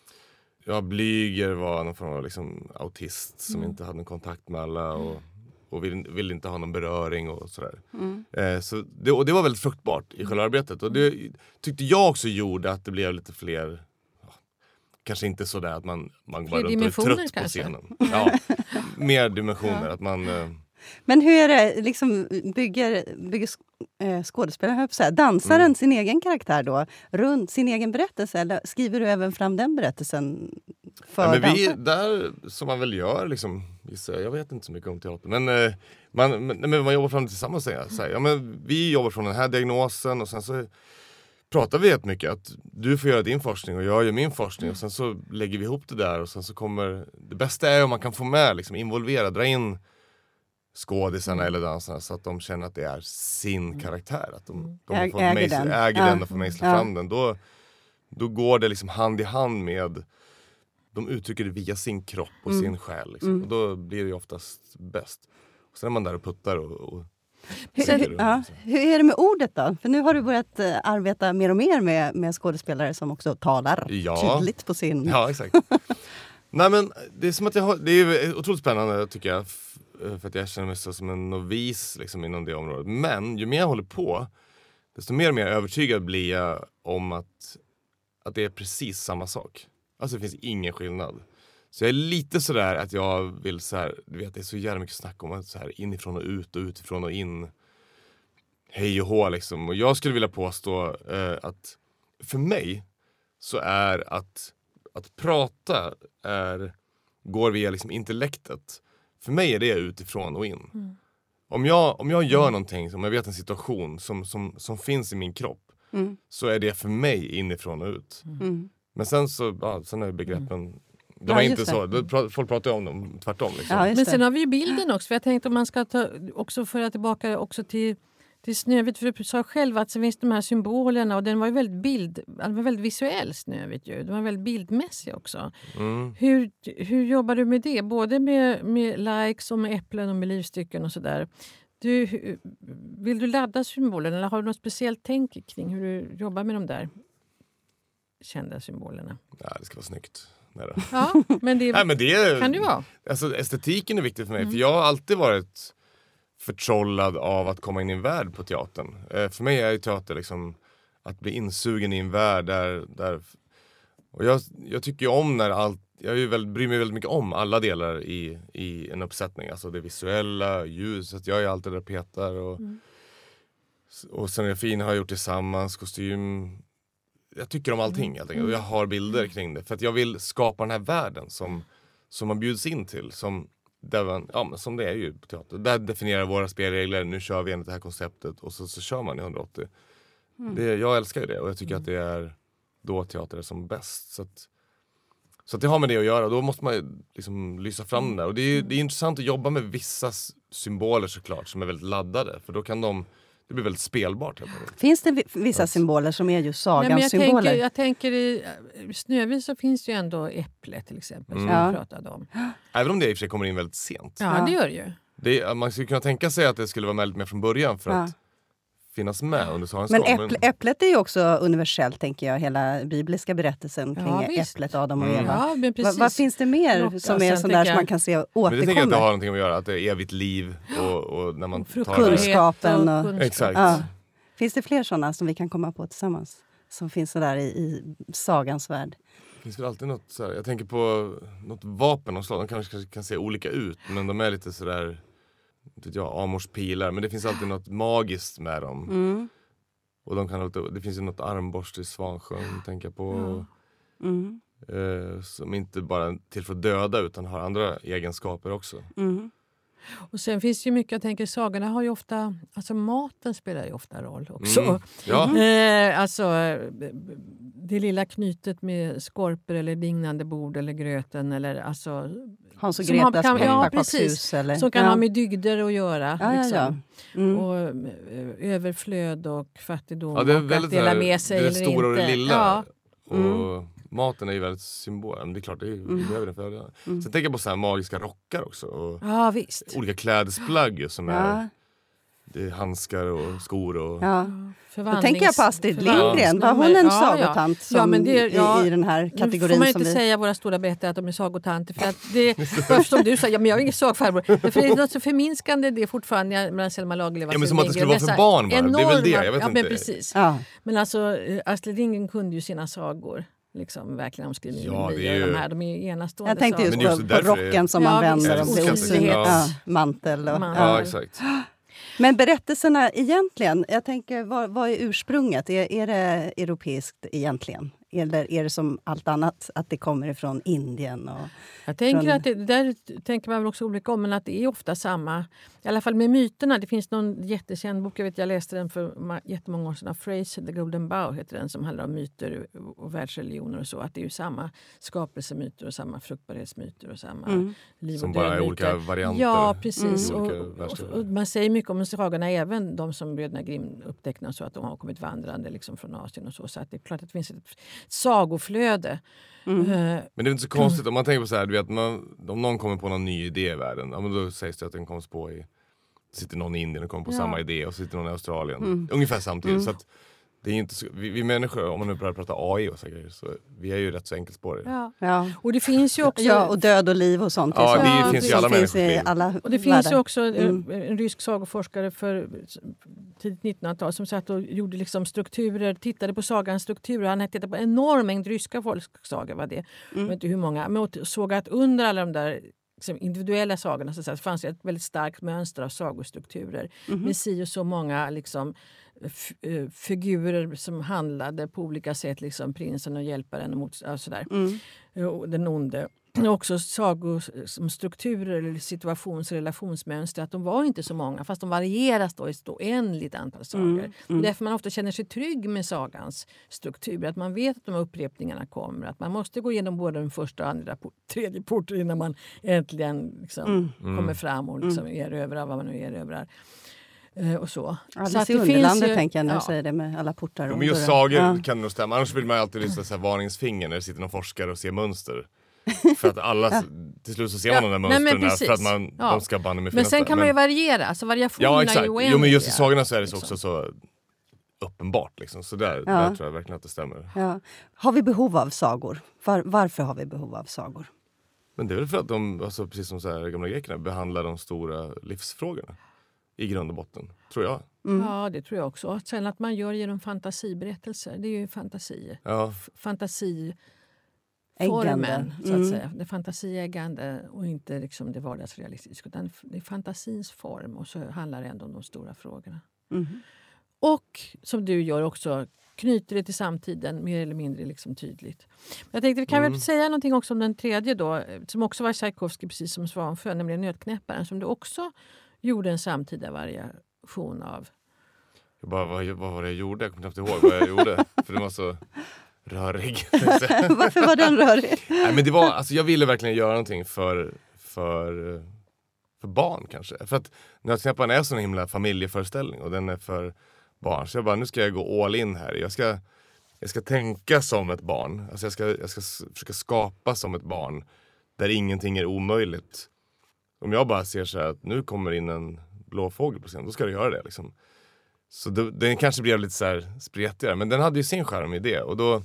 ja, Blyger var någon form av liksom autist som Mm. inte hade någon kontakt med alla. Och, och ville, ville inte ha någon beröring och sådär. Mm. Eh, så det, och det var väldigt fruktbart i själva arbetet. Och det tyckte jag också gjorde att det blev lite fler... Ja, kanske inte sådär att man, man Fler bara runt och är dimensioner trött på kanske? scenen. Ja, mer dimensioner. Ja. Att man... Eh, Men hur är det, liksom, bygger, bygger sk- eh, skådespelaren, höll jag på att säga, dansaren Mm. sin egen karaktär då? Runt sin egen berättelse? Eller skriver du även fram den berättelsen för ja, men vi, dansaren? där, som man väl gör, liksom, gissar jag, jag vet inte så mycket om teater. Men, eh, man, men, men man jobbar fram det tillsammans. Säger jag. Så här, ja, men vi jobbar från den här diagnosen och sen så pratar vi jättemycket att du får göra din forskning och jag gör min forskning och sen så lägger vi ihop det där och sen så kommer, det bästa är om man kan få med, liksom, involvera, dra in skådisarna eller dansarna så att de känner att det är sin karaktär. Att de, de Äg, får äger mejsla, den. äger Ja. den och får mejsla Ja. fram den. Då, då går det liksom hand i hand med... De uttrycker det via sin kropp och Mm. sin själ. Liksom. Mm. Och då blir det ju oftast bäst. Och sen är man där och puttar och... och Hur, sätter hur, och- ja. Hur är det med ordet då? För nu har du börjat eh, arbeta mer och mer med, med skådespelare som också talar Ja. tydligt på sin... Ja, exakt. Nej, men det är som att jag har, det är otroligt spännande tycker jag. f- För att jag känner mig så som en novis liksom, inom det området. Men ju mer jag håller på, desto mer och mer övertygad blir jag om att, att det är precis samma sak. Alltså det finns ingen skillnad. Så jag är lite sådär att jag vill så här, du vet det är så jävla mycket snack om att så här inifrån och ut och utifrån och in. Hej och hå liksom. Och jag skulle vilja påstå eh, att för mig så är att, att prata är, går via liksom intellektet. För mig är det utifrån och in. Mm. Om jag, om jag gör någonting, om jag vet en situation som, som, som finns i min kropp, Mm. så är det för mig inifrån och ut. Mm. Men sen så, ja, sen är begreppen, de Ja, är just inte det. så, då pra- folk pratar ju om dem tvärtom liksom. Ja, just Men det. sen har vi ju bilden också. För jag tänkte om man ska ta, också föra tillbaka också till, till Snövit. För du sa själv att så finns de här symbolerna. Och den var ju väldigt bild, den var väldigt visuell, Snövit ju. Den var väldigt bildmässig också. Mm. Hur, hur jobbar du med det? Både med, med likes och med äpplen och med livstycken och sådär. Du, hu- vill du ladda symbolerna eller har du något speciellt tänk kring hur du jobbar med de där kända symbolerna? Ja, det ska vara snyggt. Nej, då. Ja, men det, Nej, men det är, kan det vara. alltså, estetiken är viktig för mig. Mm. För jag har alltid varit förtrollad av att komma in i en värld på teatern. Eh, för mig är ju teater liksom att bli insugen i en värld där... där och jag, jag tycker ju om när allt... Jag är ju väldigt, bryr mig väldigt mycket om alla delar i, i en uppsättning. Alltså det visuella, ljuset. Jag är alltid där och petar. Och, Mm. och scenografin har jag gjort tillsammans, kostym. Jag tycker om allting helt enkelt. Och jag har bilder kring det. För att jag vill skapa den här världen som, som man bjuds in till. Som, där man, ja, men som det är ju på teater. Där definierar våra spelregler. Nu kör vi enligt det här konceptet. Och så, så kör man i hundraåttio. Det, jag älskar ju det. Och jag tycker att det är då teater är som bäst. Så att, så att det har med det att göra. Då måste man ju liksom lysa fram den där. Och det är, ju- det är intressant att jobba med vissa s- symboler såklart. Som är väldigt laddade. För då kan de... Det blir väldigt spelbart helt enkelt. Finns det vi- vissa symboler som är just Nej, men sagans jag, symboler? tänker, jag tänker i i Snövit så finns ju ändå äpple till exempel som Mm. vi Ja. pratade om. Även om det i och för sig kommer in väldigt sent. Ja, Ja. det gör det ju. Det är, man skulle kunna tänka sig att det skulle vara med lite mer från början för Ja. att finnas med under sagens Men gång. äpple, äpplet är ju också universellt, tänker jag. Hela bibliska berättelsen kring Ja, visst. äpplet, Adam och Mm. Eva. Ja, men Va, precis. vad finns det mer Locka, som är sen sån där tänker som jag- man kan se Men det tänker jag att det återkommer? har någonting att göra, att det är evigt liv och, och när man tar det. Fruktbarhet Kunskapen och- kunskap. Exakt. Ja. Finns det fler såna som vi kan komma på tillsammans? Som finns så där i, i sagans värld. Det finns väl alltid något så här, jag tänker på något vapen och slag. De kanske, kanske kan se olika ut, men de är lite sådär, inte vet jag, Amors pilar. Men det finns alltid något magiskt med dem. Mm. Och de kan ha lite, det finns ju något armborst i Svansjön, tänker jag på. Mm. Eh, som inte bara är till för att döda utan har andra egenskaper också. Mm. Och sen finns det ju mycket, jag tänker sagorna har ju ofta, alltså maten spelar ju ofta roll också. Mm. Ja. Eh, alltså eh, det lilla knytet med skorpor eller dignande bord eller gröten eller alltså Hans och Som har- Gretas kan- ja, pepparkakshus. precis. Eller? som kan ja. ha med dygder att göra. Ja, ja, liksom. ja. Mm. Och eh, överflöd och fattigdom Ja, det är och att väldigt dela sådär, med sig det eller stora och det inte. lilla. Ja. Och Mm. maten är ju väldigt symbol. Men det är klart, det är, Mm. vi behöver det för ögonen. Mm. Sen tänker jag på så här magiska rockar också. Och ja, visst. olika klädesplagg ju som är, Ja. det är handskar och skor och... Ja. Då Förvandlings- tänker jag på Astrid förvandlingsnummer. Lindgren. Var hon en Ja, sagotant som Ja, men det- ja, i, i den här Nu får kategorin man som inte vi... säga våra stora berättare att de är sagotanter. För att det, bara som du sa, ja, men jag är ingen sagfarbror. För det är något så förminskande det är fortfarande mellan Selma Lagerlöf och Ja, men som Astrid att det skulle vara för Lindgren. barn bara. Det är väl det, Enorma- jag vet ja, inte. Men precis. Ja. Men alltså eh, Astrid Lindgren kunde ju sina sagor. Liksom verkligen omskrivna Ja, i det är ju- de här. De är ju enastående Jag tänkte just Men på, just på därför är- rocken som Ja, man visst. vänder och blir Älskar osynlig. det. Ja, mantel. Och, Man- Ja, ja. exakt. Men berättelserna egentligen, jag tänker, vad, vad är ursprunget? Är, är det europeiskt egentligen? Eller är det som allt annat, att det kommer ifrån Indien? Och jag tänker från... att det, där tänker man väl också olika om, men att det är ofta samma. I alla fall med myterna. Det finns någon jättekänd bok, jag vet jag läste den för jättemånga år sedan. Fraser, The Golden Bough heter den, som handlar om myter och världsreligioner och så. Att det är ju samma skapelsemyter och samma fruktbarhetsmyter och samma mm. liv och som bara är olika varianter. Ja, precis. Mm. Och, och, och man säger mycket om sagorna, även de som bröderna Grimm upptäckte, så att de har kommit vandrande liksom från Asien och så. Så att det är klart att det finns ett sagoflöde. Mm. Uh, men det är inte så konstigt om man tänker på så här, du vet, man, om någon kommer på någon ny idé i världen, ja, men då sägs det att den kommer på i, sitter någon i Indien och kommer på ja. samma idé, och sitter någon i Australien. Mm. Ungefär samtidigt. Mm. Så att det är inte så, vi, vi människor, om man nu börjar prata A I och så grejer, så vi är ju rätt så enkelspåriga. Ja. Ja. Och det finns ju också... Ja, och död och liv och sånt. Ja, det ja, finns det ju alla finns människors liv. Alla och det finns världar. ju också mm. en rysk sagoforskare för tidigt nittonhundratal som satt och gjorde liksom strukturer, tittade på sagans strukturer. Han tittade på en enorm mängd ryska folksagor, var det. Mm. Jag vet inte hur många. Men såg att under alla de där liksom individuella sagorna så fanns det ett väldigt starkt mönster av sagostrukturer. Mm. Med si och så många liksom F- figurer som handlade på olika sätt, liksom prinsen och hjälparen och mot, och sådär. Mm. Och den onde. Också sagostrukturer eller situations- och relationsmönster, att de var inte så många, fast de varieras då i ett oändligt antal sagor. Mm. Mm. Därför man ofta känner sig trygg med sagans struktur, att man vet att de här upprepningarna kommer, att man måste gå igenom både den första och andra tredje porten innan man äntligen liksom mm. kommer fram och liksom erövrar vad man nu erövrar. Och så. Alice så att i det Underlandet finns ju, tänker jag när du ja. säger det med alla portar. Men just sagor ja. kan nog stämma. Annars vill man alltid lyssna så här varningsfinger när det sitter någon forskare och ser mönster. För att alla, ja. till slut så ser man ja. de där mönstren Nej, för att man, ja. de ska banna med Men sen kan men, man ju variera. Alltså variationerna ja, exakt. är ju oändliga. Jo, men just i sagorna så är det liksom. också så uppenbart. Liksom. Så där, ja. där tror jag verkligen att det stämmer. Ja. Har vi behov av sagor? Var, varför har vi behov av sagor? Men det är väl för att de, alltså, precis som så här, gamla grekerna, behandlar de stora livsfrågorna. I grund och botten, tror jag. Mm. Ja, det tror jag också. Sen att man gör genom fantasiberättelser. Det är ju fantasi. Ja. F- fantasiformen, Äggande. så att mm. säga. Det fantasiägande och inte liksom det vardagsrealistiska. Utan det är fantasins form, och så handlar det ändå om de stora frågorna. Mm. Och som du gör också, knyter det till samtiden mer eller mindre liksom tydligt. Men jag tänkte vi kan mm. väl säga någonting också om den tredje då, som också var Tchaikovsky, precis som Svanfö, nämligen Nötknäpparen, som du också gjorde en samtida variation av. Jag bara, vad, vad var det jag gjorde? Jag kommer knappt ihåg vad jag gjorde. För det var så rörig. Varför var den rörig? Nej, men det var, alltså, jag ville verkligen göra någonting för, för, för barn kanske. För att Nötknäpparen är så en himla familjeföreställning. Och den är för barn. Så jag bara, nu ska jag gå all in här. Jag ska, jag ska tänka som ett barn. Alltså jag ska, jag ska försöka skapa som ett barn. Där ingenting är omöjligt. Om jag bara ser så här att nu kommer in en blå fågel på scen, då ska du göra det liksom. Så det, den kanske blev lite så här spretigare, men den hade ju sin charm i det. Och då,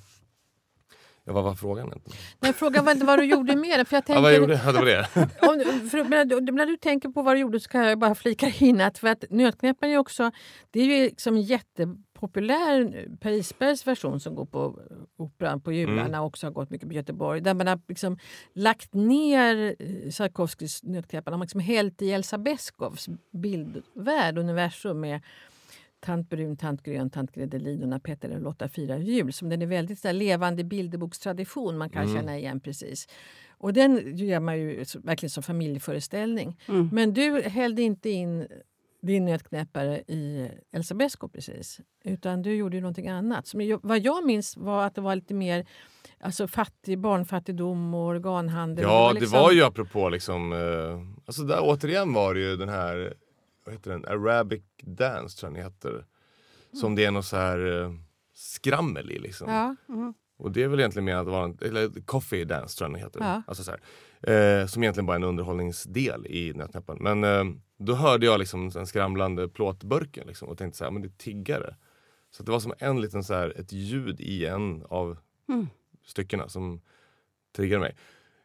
ja, vad var frågan egentligen? Nej, frågan var inte vad du gjorde med det. För jag tänker, ja, vad jag gjorde? Ja, det var det. om, för, när, när du tänker på vad du gjorde så kan jag bara flika in att, för att Nötknäpparen är också, det är ju liksom jättepopulär Per Isbergs version som går på operan på jularna mm. och också har gått mycket på Göteborg. Där man har liksom lagt ner Tchaikovskys Nötknäpparen. Man har liksom hällt i Elsa Beskows bildvärld, universum med Tant brun, tant grön, tant Gredelin och när Petter och Lotta firar jul. Som den är väldigt så där, levande bilderbokstradition man kan mm. känna igen precis. Och den gör man ju verkligen som familjeföreställning. Mm. Men du hällde inte in din nötknäppare i Elsa Beskow precis. Utan du gjorde ju någonting annat. Som, vad jag minns var att det var lite mer alltså, fattig, barnfattigdom och organhandel. Ja, det var, liksom... liksom... det var ju apropå liksom... Eh, alltså där återigen var det ju den här... Vad heter den? Arabic Dance tror jag den heter. Mm. Som det är något så här eh, skrammel i liksom. Ja. Mm. Och det är väl egentligen mer att vara en, eller Coffee Dance tror jag den heter. Ja. Alltså så här, eh, som egentligen bara är en underhållningsdel i Nötknäpparen. Men eh, då hörde jag liksom den skramlande plåtburken liksom, och tänkte så här, men det är tiggare. Så det var som en liten så här, ett ljud i en av mm. styckena som triggade mig.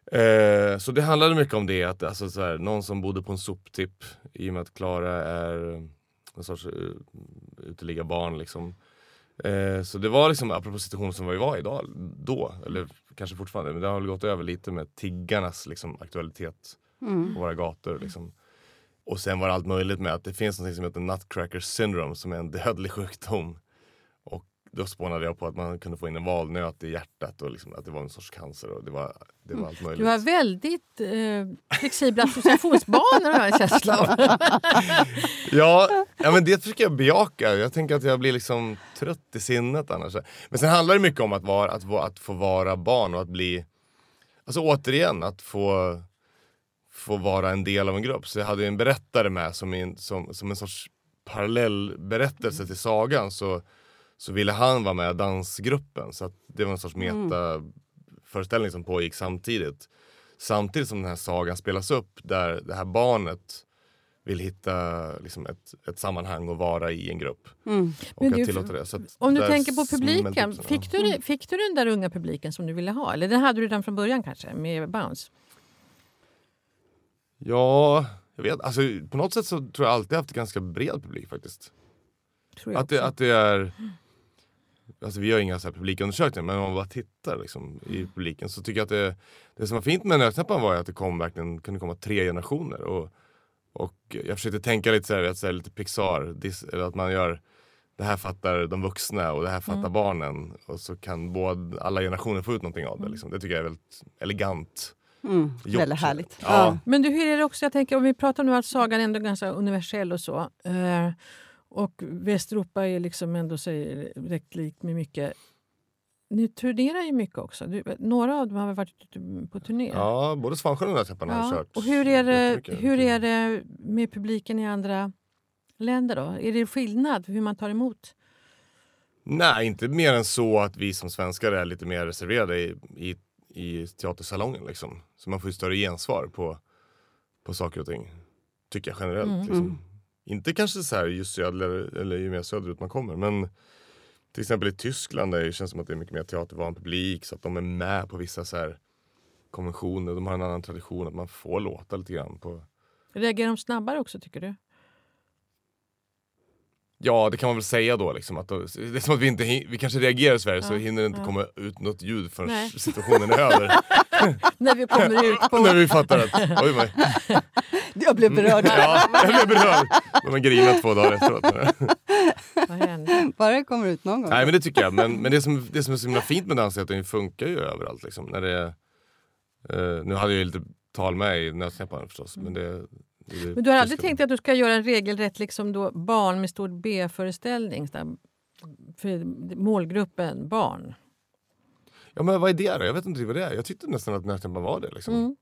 Eh, så det handlade mycket om det, att alltså, så här, någon som bodde på en soptipp, i och med att Klara är en sorts uh, uteligga barn liksom. Eh, så det var liksom, apropå situationen som vi var idag då, eller kanske fortfarande, men det har väl gått över lite med tiggarnas liksom, aktualitet mm. på våra gator liksom. Och sen var det allt möjligt med att det finns något som heter Nutcracker syndrome som är en dödlig sjukdom. Och då spånade jag på att man kunde få in en valnöt i hjärtat och liksom att det var en sorts cancer och det var, det var allt möjligt. Du har väldigt eh, flexibla associationsbanor har jag en känsla av. ja, ja, men det försöker jag bejaka. Jag tänker att jag blir liksom trött i sinnet annars. Men sen handlar det mycket om att, vara, att, att få vara barn och att bli, alltså återigen, att få, få vara en del av en grupp. Så jag hade en berättare med som en, som, som en sorts parallellberättelse till sagan, så så ville han vara med i dansgruppen. Så att det var en sorts meta-föreställning som pågick samtidigt. Samtidigt som den här sagan spelas upp, där det här barnet vill hitta liksom ett, ett sammanhang och vara i en grupp. Mm. Och Men att du, tillåta det. Så att om du där tänker på publiken, smälter- fick du, det- fick du den där unga publiken som du ville ha? Eller den hade du redan från början kanske, med Bounce? Ja, jag vet. Alltså, på något sätt så tror jag alltid haft en ganska bred publik faktiskt. Tror jag Att det, också. att det är... Alltså vi har inga så här publikundersökningar, men om man bara tittar liksom, i publiken så tycker jag att det, det som var fint med Nötknäpparen var ju att det kom verkligen, kunde komma tre generationer. Och, och jag försökte tänka lite så här, att så här, lite Pixar, dis, eller att man gör det här fattar de vuxna och det här fattar mm. barnen. Och så kan både, alla generationer få ut någonting av det. Liksom. Det tycker jag är väldigt elegant. Mm, väldigt härligt. Ja. Ja. Men du, hur är det också, jag tänker om vi pratar nu att sagan är ändå ganska universell och så. Eh, och Västeuropa är liksom ändå så direkt lik med mycket. Ni turnerar ju mycket också. Du, några av dem har varit ute på turné. Ja, både Svansjön och Nötknäpparen har Ja. kört. Och hur är, det, hur är det med publiken i andra länder då? Är det skillnad hur man tar emot? Nej, inte mer än så att vi som svenskar är lite mer reserverade i, i, i teatersalongen. Liksom. Så man får ju större gensvar på, på saker och ting. Tycker jag generellt. Mm. Liksom. Inte kanske så här just söder, eller ju mer söderut man kommer. Men till exempel i Tyskland där det känns som att det är mycket mer teatervan publik. Så att de är med på vissa så här konventioner. De har en annan tradition att man får låta lite grann på... Reagerar de snabbare också tycker du? Ja, det kan man väl säga då. Liksom, att då, det är som att vi inte vi kanske reagerar i Sverige, ja, så hinner det inte ja. komma ut något ljud förrän Nej. situationen är över. När vi kommer ut på... När vi fattar att, oj mig. Jag blev berörd. Ja, jag blev berörd. Men man grinar två dagar efteråt. Vad händer? Bara det kommer ut någon gång. Nej, men det tycker jag. Men, men det, som, det som är så himla fint med dans är att den funkar ju överallt. Liksom. När det, uh, nu hade jag ju lite tal med i Nötknäpparen förstås. Men det... Men du har aldrig tänkt att du ska göra en regelrätt liksom då barn med stor B-föreställning? För målgruppen barn. Ja, men vad är det då? Jag vet inte vad det är. Jag tyckte nästan att Nötknäpparen var det. Liksom. Mm.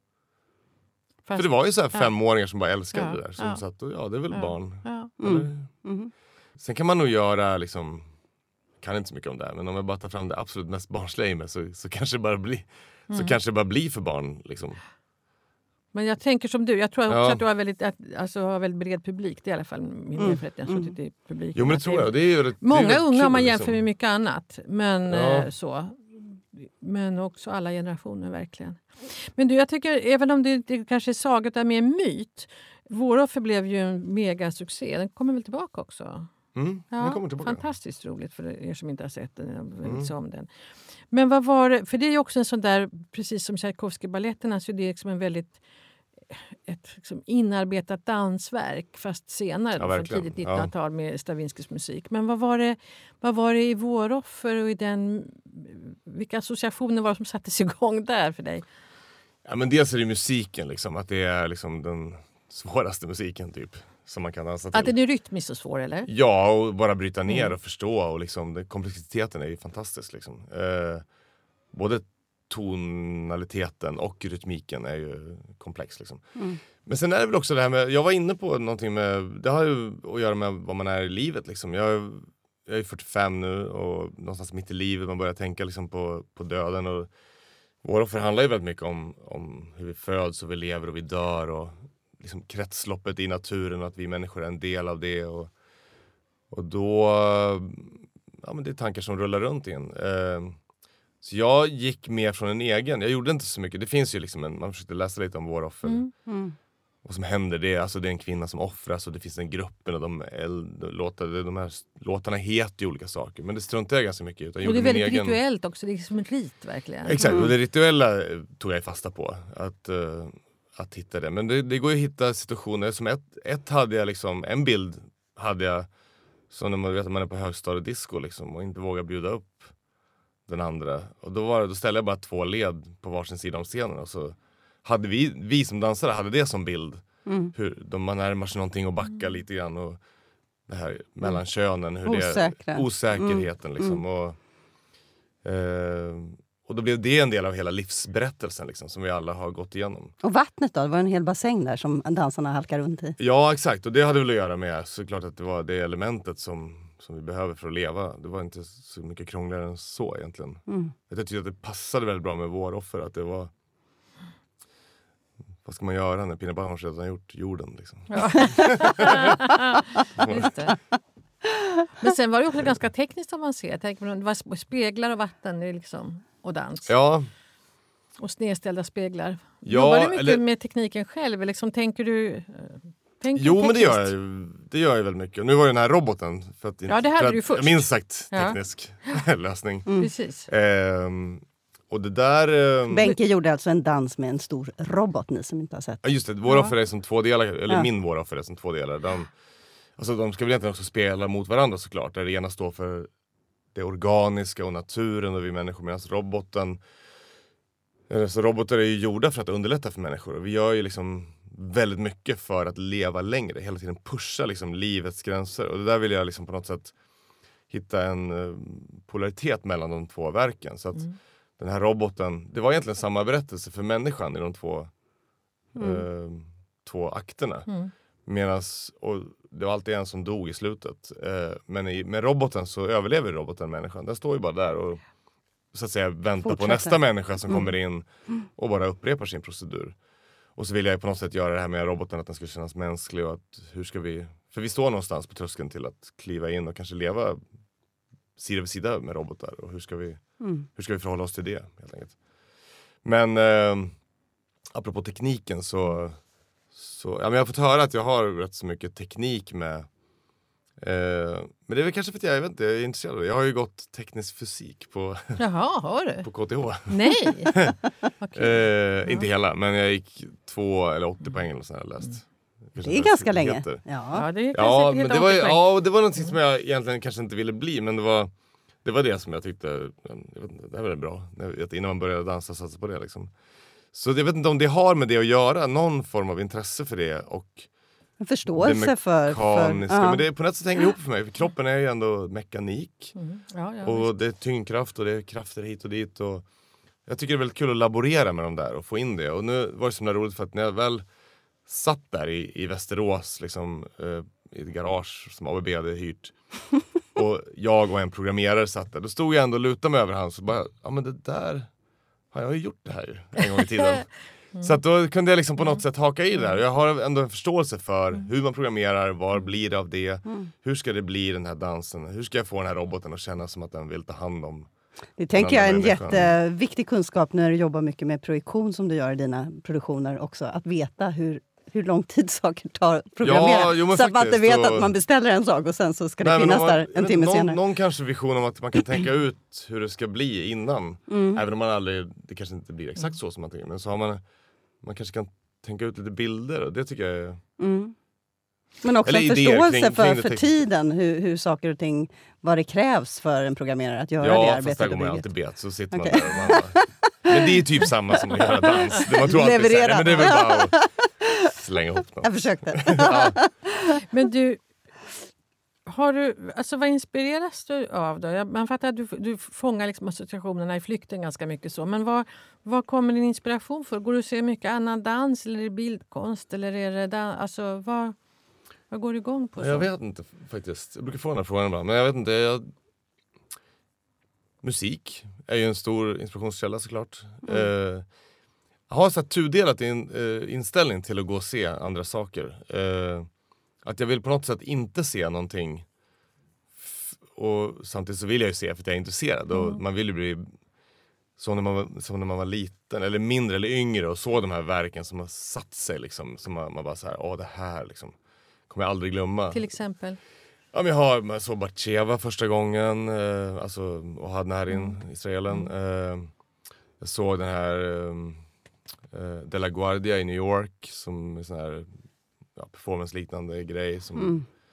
Fast, för det var ju så här femåringar som bara älskade ja, det där. Som ja. satt och, ja, det är väl ja, barn. Ja. Mm. Mm. Sen kan man nog göra, liksom, kan inte så mycket om det här, men om jag bara tar fram det absolut mest barnsliga med så, så kanske det bara blir mm. så kanske det bara blir för barn. Liksom. Men jag tänker som du, jag tror också ja. att du har väldigt, alltså, har väldigt bred publik. Det är i alla fall min mm. erfarenhet. Jag mm. i publiken. Jo, men det tror jag. Det är ju rätt, många det är unga kul, om man jämför liksom. med mycket annat. Men ja. eh, så. Men också alla generationer verkligen. Men du, jag tycker, även om det, det kanske är sagot är mer myt. Våroffer blev ju en megasuccé. Den kommer väl tillbaka också? Mm, ja, den kommer tillbaka. Fantastiskt roligt för er som inte har sett den. Jag vill mm. om den. Men vad var det? För det är ju också en sån där, precis som Tchaikovsky-balletterna, så det är liksom en väldigt ett liksom inarbetat dansverk fast senare, ja, från tidigt nittonhundratal med Stravinskys musik. Men vad var det, vad var det i Våroffer och i den, vilka associationer var det som sattes igång där för dig? Ja, men dels är det musiken, liksom, att det är liksom den svåraste musiken typ som man kan dansa till. Att den är rytmiskt så svår, eller? Ja, och bara bryta ner mm. och förstå, och liksom, den komplexiteten är ju fantastisk. Liksom. Eh, både tonaliteten och rytmiken är ju komplex. Liksom. Mm. Men sen är det väl också det här med, jag var inne på någonting med, det har ju att göra med vad man är i livet. Liksom. Jag, jag är fyrtiofem nu och någonstans mitt i livet man börjar tänka liksom, på, på döden. Och Våroffer handlar ju väldigt mycket om, om hur vi föds och vi lever och vi dör och liksom kretsloppet i naturen och att vi människor är en del av det. Och, och då, ja, men det är tankar som rullar runt in. Eh, Så jag gick mer från en egen. Jag gjorde inte så mycket. Det finns ju liksom en, man försökte läsa lite om Våroffer. Mm. Mm. Vad som händer, det är, alltså, det är en kvinna som offras och det finns den gruppen och de, eld, låtar, de här låtarna heter ju olika saker. Men det struntar jag ganska mycket i. Och det är väldigt egen... rituellt också, det är som en rit verkligen. Exakt, mm. och det rituella tog jag fasta på. Att, uh, att hitta det. Men det, det går ju att hitta situationer som ett, ett hade jag liksom, en bild hade jag Så när man vet att man är på högstadiedisco liksom, och inte vågar bjuda upp den andra. Och då, var det, då ställde jag bara två led på varsin sida om scenen. Och så hade vi, vi som dansare hade det som bild. Mm. Hur de, man närmar sig någonting och backar lite grann. Och det här mellan mm. könen. Hur Osäkra. det, osäkerheten mm. liksom. Och, eh, och då blev det en del av hela livsberättelsen liksom, som vi alla har gått igenom. Och vattnet då? Det var en hel bassäng där som dansarna halkar runt i. Ja, exakt. Och det hade väl att göra med såklart att det var det elementet som, som vi behöver för att leva. Det var inte så mycket krångligare än så egentligen. Mm. Jag tyckte att det passade väldigt bra med vår offer. Att det var... Vad ska man göra när Pina Bausch redan har gjort jorden? Liksom. Ja. Just det. Men sen var det också ganska tekniskt avancerat. Det var speglar och vatten liksom, och dans. Ja. Och snedställda speglar. Ja, Jobbar du mycket eller... med tekniken själv? Liksom, tänker du... Tänker jo, tekniskt? Men det gör, jag, det gör jag väldigt mycket. Och nu var ju den här roboten. För att, ja, det hade för att, du först. Minst sagt teknisk ja. lösning. Mm. Precis. Ehm, och det där... Um... Benke gjorde alltså en dans med en stor robot, ni som inte har sett. Ja, just det. Våra ja. offer är som två delar. Eller ja. min våra offer är som två delar. De, alltså, de ska väl egentligen också spela mot varandra såklart. Där det ena står för det organiska och naturen och vi människor. Medan roboten... Så robotar är ju gjorda för att underlätta för människor. Och vi gör ju liksom väldigt mycket för att leva längre. Hela tiden pusha liksom livets gränser. Och det där vill jag liksom på något sätt hitta en uh, polaritet mellan de två verken. Så att mm. den här roboten, det var egentligen samma berättelse för människan i de två, mm. uh, två akterna. Mm. Medans, och det var alltid en som dog i slutet. Uh, men i, med roboten så överlever roboten människan. Den står ju bara där och så att säga väntar Fortsätter. på nästa människa som mm. kommer in och bara upprepar sin procedur. Och så vill jag på något sätt göra det här med roboten, att den ska kännas mänsklig och att hur ska vi, för vi står någonstans på tröskeln till att kliva in och kanske leva sida vid sida med robotar och hur ska vi, mm. hur ska vi förhålla oss till det helt enkelt. Men eh, apropå tekniken så, så ja, men jag har fått höra att jag har rätt så mycket teknik med. Uh, men det är väl kanske för att jag, jag, vet inte, jag är intresserad av det. Jag har ju gått teknisk fysik på, Jaha, har du? på K T H. Nej! Okay. uh, ja. Inte hela, men jag gick två eller åttio poäng eller så här läst. Mm. Det är ganska länge. Ja, ja, det är ja, men det var, ja, det var något som jag egentligen kanske inte ville bli, men det var det, var det som jag tyckte, jag vet inte, det här var bra. Innan man började dansa och satsa på det liksom. Så jag vet inte om det har med det att göra, någon form av intresse för det och en förståelse för... för men det är på något sätt hänger ihop för mig. För kroppen är ju ändå mekanik. Mm. Ja, ja, och visst. Det är tyngdkraft och det är krafter hit och dit. Och jag tycker det är väldigt kul att laborera med dem där och få in det. Och nu var det så roligt för att när jag väl satt där i, i Västerås liksom, eh, i ett garage som A B B hade hyrt. Och jag och en programmerare satt där. Då stod jag ändå och lutade mig över hans och bara, ja men det där har jag ju gjort det här en gång i tiden. Mm. Så att då kunde jag liksom på något sätt haka i det där. Jag har ändå en förståelse för mm. hur man programmerar, vad blir det av det, mm. hur ska det bli den här dansen, hur ska jag få den här roboten att känna som att den vill ta hand om. Det tänker jag är en jätteviktig kunskap när du jobbar mycket med projektion som du gör i dina produktioner också. Att veta hur, hur lång tid saker tar att programmera. Ja, jo, så faktiskt, att man inte vet och... att man beställer en sak och sen så ska det Nej, finnas man, där en timme någon, senare. Någon kanske vision om att man kan tänka ut hur det ska bli innan. Mm. Även om man aldrig, det kanske inte blir exakt så som man tänker. Men så har man, man kanske kan tänka ut lite bilder och det tycker jag är... Mm. Men också en förståelse kring, för, kring för tiden, hur, hur saker och ting, vad det krävs för en programmerare att göra ja, det arbetet. Ja, fast där går man alltid bet, så sitter okay. man där och man bara, men det är typ samma som att göra dans. Man tror alltid så här, men det är väl bara att slänga ihop något. Jag försökte. Ja. Men du, har du, alltså vad inspireras du av då? Man fattar att du, du fångar liksom associationerna i flykten ganska mycket så. Men vad, vad kommer din inspiration för? Går du att se mycket annan dans eller bildkonst? Eller är det dans, alltså vad... Vad går du igång på? Så? Jag vet inte faktiskt. Jag brukar få den här frågan ibland. Men jag vet inte. Jag... Musik är ju en stor inspirationskälla såklart. Mm. Uh, jag har så här tudelat in, uh, inställning till att gå och se andra saker. Uh, att jag vill på något sätt inte se någonting. F- och samtidigt så vill jag ju se för att jag är intresserad. Mm. Och man vill ju bli som när, man var, som när man var liten. Eller mindre eller yngre. Och så de här verken som har satt sig liksom. Som man, man bara så här, åh det här liksom. Kommer jag aldrig glömma. Till exempel? Ja, men jag har jag såg Batsheva första gången. Eh, alltså, och hade Narin, mm. israelen. Eh, jag såg den här eh, De La Guardia i New York. Som en sån här ja, performance-liknande grej. Som, mm.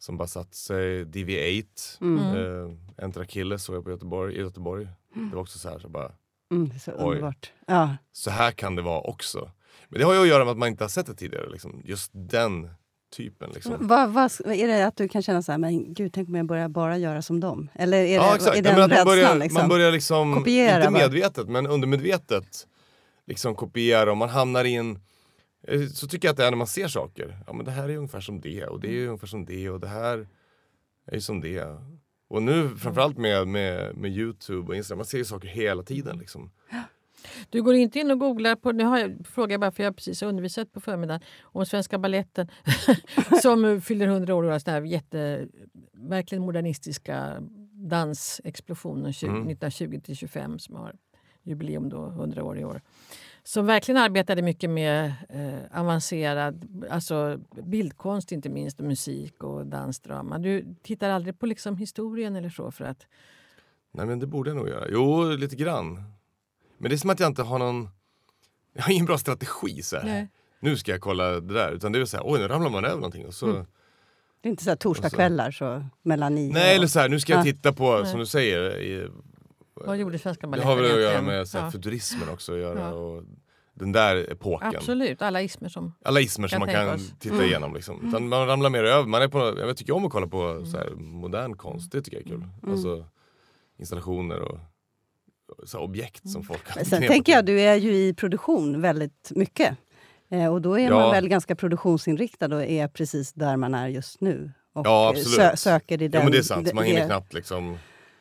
som bara satt sig. D V åtta. Mm. Eh, Entra Kille såg jag på Göteborg, i Göteborg. Det var också så här så bara... Mm, det är så Oj. underbart. Ja. Så här kan det vara också. Men det har ju att göra med att man inte har sett det tidigare. Liksom. Just den typen. Liksom. Vad, vad, är det att du kan känna så här, men gud, tänk om jag börjar bara göra som dem? Eller är det, Ja, exakt. är det Nej, en men att man rädslan? börjar, liksom? man börjar liksom, Kopiera, inte va? medvetet, men undermedvetet liksom kopiera. Och man hamnar i en... eh, Så tycker jag att det är när man ser saker. Ja, men det här är ungefär som det. Och det är ungefär som det. Och det här är ju som det. Och nu framförallt med, med, med YouTube och Instagram. Man ser ju saker hela tiden liksom. Du går inte in och googlar på, nu har jag, frågar jag bara för jag har precis undervisat på förmiddagen om Svenska Balletten som fyller hundra år och har sån här jätte, verkligen modernistiska dansexplosionen Mm. nittonhundratjugo till tjugofem som har jubileum då, hundra år i år. Som verkligen arbetade mycket med eh, avancerad, alltså bildkonst inte minst, och musik och dansdrama. Du tittar aldrig på liksom historien eller så för att... Nej, men det borde jag nog göra. Jo, lite grann. Men det är som att jag inte har någon... Jag har ingen bra strategi så här. Nej. Nu ska jag kolla det där. Utan det är så här, oj, nu ramlar man över någonting. Och så... Mm. Det är inte så här torsdagskvällar så mellan nio Nej, och... eller så här, nu ska jag Ja. titta på, Nej. som du säger... I... Vad gjorde Svenska Det Baletten har väl att göra egentligen? med så här, Ja. futurismen också att göra. Ja. Och den där epoken. Absolut, alla ismer som... Alla ismer som Kan man tänka kan oss. titta Mm. igenom. Liksom. Utan man ramlar mer över. Man är på, jag tycker om att kolla på så här, modern konst. Det tycker jag är kul. Mm. Alltså installationer och så här, objekt som folk har Sen knepat tänker jag, till. du är ju i produktion väldigt mycket. Eh, och då är Ja. man väl ganska produktionsinriktad och är precis där man är just nu. Och Ja, eh, absolut. sö- söker i den... Ja, men det är sant. Man hinner det- knappt liksom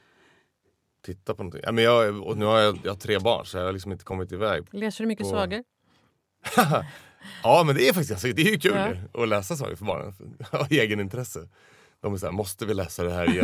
titta på någonting. Ja, men jag, och nu har jag, jag har tre barn så jag har liksom inte kommit iväg. Läser du mycket Och- sagor? Ja, men det är faktiskt alltså, det är ju kul Ja. ju, att läsa saker för barnen. Av egen intresse. De är så här, måste vi läsa det här igen?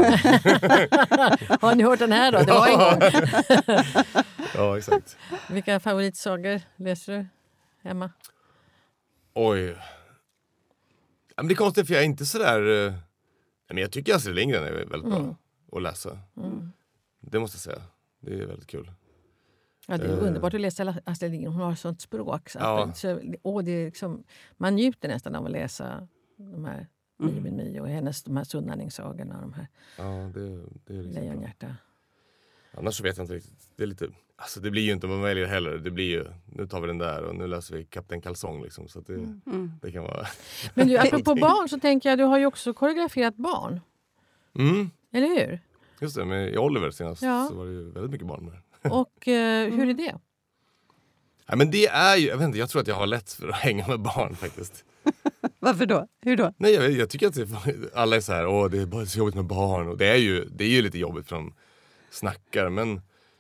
Har ni hört den här då? Det var en gång. Ja, exakt. Vilka favoritsagor läser du hemma? Oj. Ja, men det är konstigt för jag är inte sådär... eh, Men jag tycker Astrid Lindgren är väldigt bra Mm. att läsa. Mm. Det måste jag säga. Det är väldigt kul. Ja, det är Eh. underbart att läsa Astrid Lindgren. Hon har sånt språk. Så att Ja. det, så, åh, det är liksom, man njuter nästan av att läsa de här Mio min Mio och hennes de här Sunnanningssagorna och de här Ja, det, det är liksom bra. Lejonhjärta. Annars så vet jag inte riktigt. Det är lite... Alltså det blir ju inte vad man väljer heller. Det blir ju, nu tar vi den där och nu läser vi Kapten Kalsong liksom. Så att det, Mm. det kan vara... Men du, apropå barn så tänker jag, du har ju också koreograferat barn. Mm, Eller hur? just det, med i Oliver senast Ja. så var det ju väldigt mycket barn med. Och eh, hur är det? Ja, men det är ju, jag vet inte, jag tror att jag har lätt för att hänga med barn faktiskt. Varför då? Hur då? Nej, jag, jag tycker att det, alla är så här, åh det är bara så jobbigt med barn. Och det är ju, det är ju lite jobbigt för de snackar, men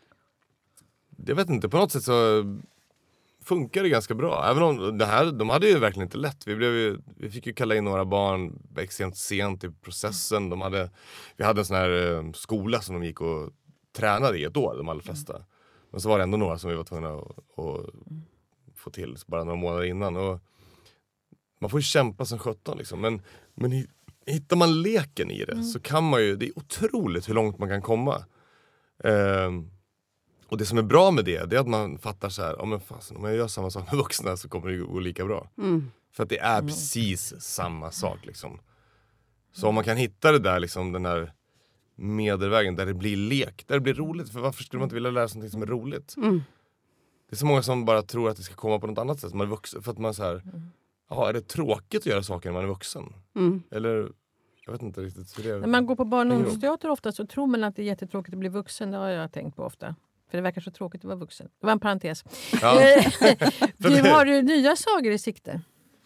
jag vet inte, på något sätt så funkar det ganska bra. Även om det här, de hade ju verkligen inte lätt. Vi, blev ju, vi fick ju kalla in några barn extremt sent i processen. De hade, vi hade en sån här eh, skola som de gick och tränade i ett år, de allra flesta. Men så var det ändå några som vi var tvungna att, att få till bara några månader innan. Och man får ju kämpa som sjutton liksom. Men, men hi- hittar man leken i det Mm. så kan man ju, det är otroligt hur långt man kan komma. Ehm, och det som är bra med det, det är att man fattar så här, ja, men fasen, om jag gör samma sak med vuxna så kommer det gå lika bra. Mm. För att det är Mm. precis samma sak liksom. Så om man kan hitta det där liksom, den där medelvägen där det blir lek, där det blir roligt. För varför skulle man inte vilja lära sig något som är roligt? Mm. Det är så många som bara tror att det ska komma på något annat sätt. Man är vuxen, för att man så här, ja, är det tråkigt att göra saker när man är vuxen? Mm. Eller, jag vet inte riktigt hur det är. När man går på barn- och Hänger ungdomsteater ofta så tror man att det är jättetråkigt att bli vuxen. Det har jag tänkt på ofta. För det verkar så tråkigt att vara vuxen. Det var en parentes. Ja. du, har du nya sagor i sikte?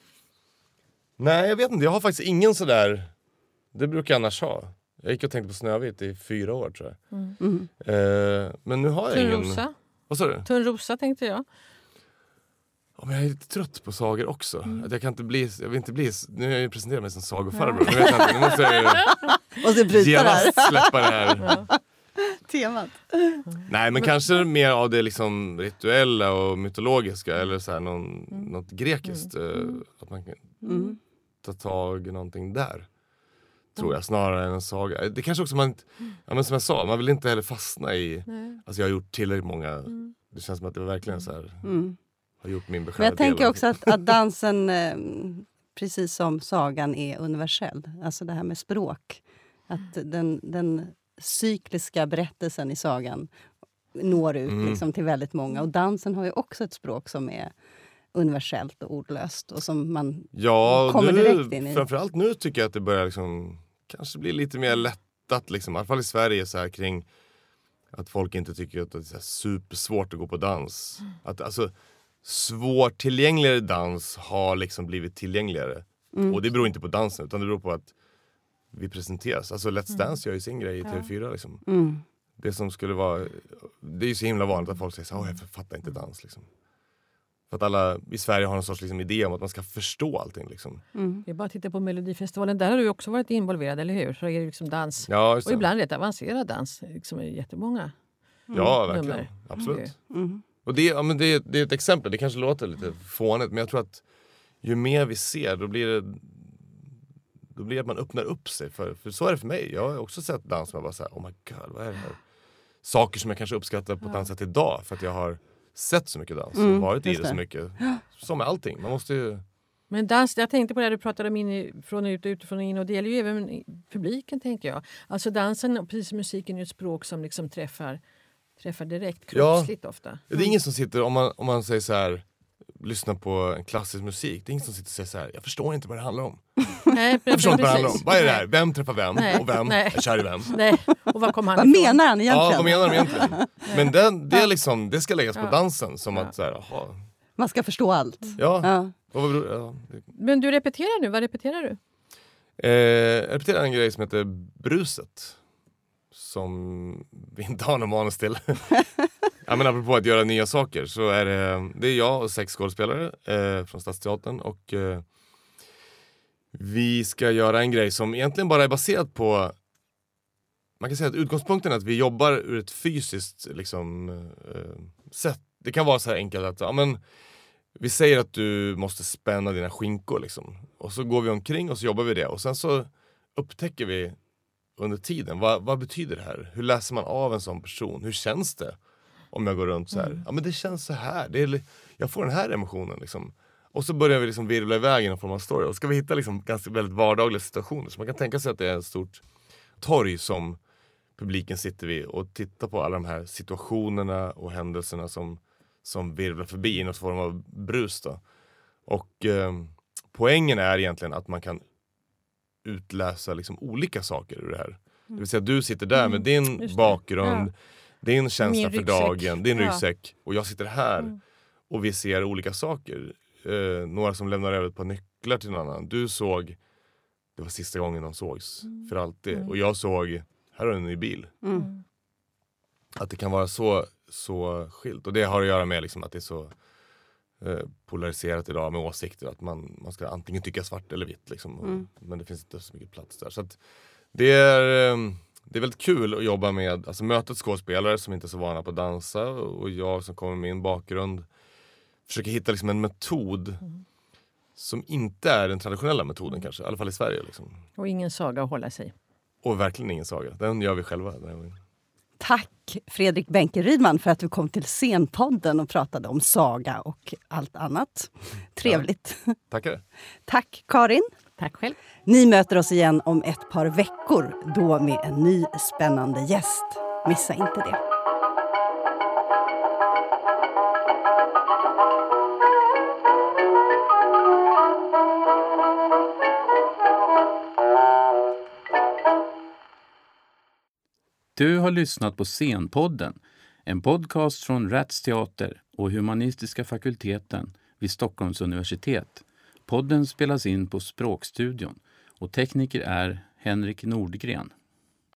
Nej, jag vet inte. Jag har faktiskt ingen sådär... Det brukar jag annars ha. Jag gick och tänkte på Snövit i fyra år tror jag. Mm. Mm. Eh, men nu har jag ingen... Törnrosa? Vad sa du? Törnrosa tänkte jag. Ja, men jag är lite trött på sagor också. Mm. Att jag kan inte bli... Jag vill inte bli... Nu har jag ju presenterat mig som sagofarbror. Nu vet jag inte. Nu måste jag ju Och så bryta det här genast släppa det här. Ja. temat. Nej, men kanske mer av det liksom rituella och mytologiska. Eller så här någon, något grekiskt. eh, Att man kan Mm. ta tag i någonting där. Tror jag, snarare än en saga. Det kanske också man... Ja, men som jag sa, man vill inte heller fastna i... Nej. Alltså jag har gjort tillräckligt många... Det känns som att det var verkligen så här... Mm. Har gjort min Men beskärda jag tänker del av- också att, att dansen, eh, precis som sagan är universell. Alltså det här med språk. Att den, den cykliska berättelsen i sagan når ut Mm. liksom, till väldigt många. Och dansen har ju också ett språk som är universellt och ordlöst. Och som man Ja, kommer nu, direkt in i. framförallt nu tycker jag att det börjar liksom, kanske bli lite mer lättat, liksom, i alla fall i Sverige, så här, kring att folk inte tycker att det är så här supersvårt att gå på dans. Mm. Att, alltså, svårtillgängligare dans har liksom blivit tillgängligare. Mm. Och det beror inte på dansen, utan det beror på att vi presenteras. Alltså Let's Dance gör ju sin grej i T V fyra. Liksom. Mm. Det som skulle vara... Det är ju så himla vanligt att folk säger så här, jag fattar inte dans. Liksom. För att alla i Sverige har en sorts liksom, idé om att man ska förstå allting. Liksom. Mm. Det är bara att titta på Melodifestivalen. Där har du också varit involverad, eller hur? Så är det liksom dans. Ja, just Och det. ibland rätt avancerad dans. Liksom i jättemånga. Ja, verkligen. nummer. Absolut. Mm. Och det, ja, men det, det är ett exempel, det kanske låter lite fånigt, men jag tror att ju mer vi ser, då blir det då blir det att man öppnar upp sig. För, för så är det för mig. Jag har också sett dans som jag bara såhär, oh my god, vad är det här? Saker som jag kanske uppskattar på ett annat sätt idag, för att jag har sett så mycket dans och Mm, varit i just det så det. mycket. Som med allting, man måste ju... Men dans, jag tänkte på det du pratade om inifrån och ut och utifrån och in, och det gäller ju även publiken, tänker jag. Alltså dansen, precis som musiken, är ett språk som liksom träffar, träffar direkt, kroppsligt ofta. Det är ingen som sitter, om man, om man säger så här, lyssnar på en klassisk musik, det är ingen som sitter och säger så här, jag förstår inte vad det handlar om. Nej, Jag förstår inte vad det handlar om. precis. Vad är det här? Vem träffar vem? Nej, Och vem nej. är kär i vem? Nej, och vad kom han Vad ifrån? menar han egentligen? Ja, vad menar de egentligen? Men det, det, är liksom, det ska läggas på Ja. dansen som Ja. att så här, aha, Man ska förstå allt. ja, Ja. vad beror, ja. det- Men du repeterar nu, vad repeterar du? Eh, jag repeterar en grej som heter Bruset. Som vi inte har någon manus till. Ja, men apropå att göra nya saker, så är det, det är jag och sex skådespelare eh, från Stadsteatern. Och eh, vi ska göra en grej som egentligen bara är baserad på... Man kan säga att utgångspunkten är att vi jobbar ur ett fysiskt liksom, eh, sätt. Det kan vara så här enkelt att ja, men, vi säger att du måste spänna dina skinkor. Liksom. Och så går vi omkring och så jobbar vi det. Och sen så upptäcker vi under tiden, vad, vad betyder det här? Hur läser man av en sån person? Hur känns det om jag går runt så här? Mm. Ja, men det känns så här. Det är, li- jag får den här emotionen. Liksom. Och så börjar vi liksom virvla iväg i någon form av story. Och ska vi hitta liksom ganska väldigt vardagliga situationer. Så man kan tänka sig att det är ett stort torg som publiken sitter vid och tittar på alla de här situationerna och händelserna som, som virvlar förbi i någon form av brus då. Och eh, poängen är egentligen att man kan utläsa liksom olika saker ur det här. Det vill säga du sitter där med din Just det. bakgrund, Ja. din känsla Min för ryggsäck. dagen, din Ja. ryggsäck, och jag sitter här Mm. och vi ser olika saker. Eh, några som lämnar över ett par nycklar till någon annan. Du såg, det var sista gången de sågs för alltid. Mm. Och jag såg, här har du en ny bil. Mm. Att det kan vara så, så skilt. Och det har att göra med liksom att det är så eh, polariserat idag med åsikter. Att man, man ska antingen tycka svart eller vitt. Liksom. Och, Mm. Men det finns inte så mycket plats där. Så att det, är, eh, det är väldigt kul att jobba med, alltså mötet skådespelare som inte är så vana på att dansa. Och jag som kommer med min bakgrund. Försöker hitta liksom en metod Mm. som inte är den traditionella metoden kanske. I alla fall i Sverige. Liksom. Och ingen saga att hålla sig. Och verkligen ingen saga. Den gör vi själva. Tack Fredrik Benke Rydman för att du kom till Scenpodden och pratade om saga och allt annat. Trevligt. Tackar. Tack Karin. Tack själv. Ni möter oss igen om ett par veckor, då med en ny spännande gäst. Missa inte det. Du har lyssnat på Scenpodden, en podcast från Rats Teater och Humanistiska fakulteten vid Stockholms universitet. Podden spelas in på Språkstudion och tekniker är Henrik Nordgren.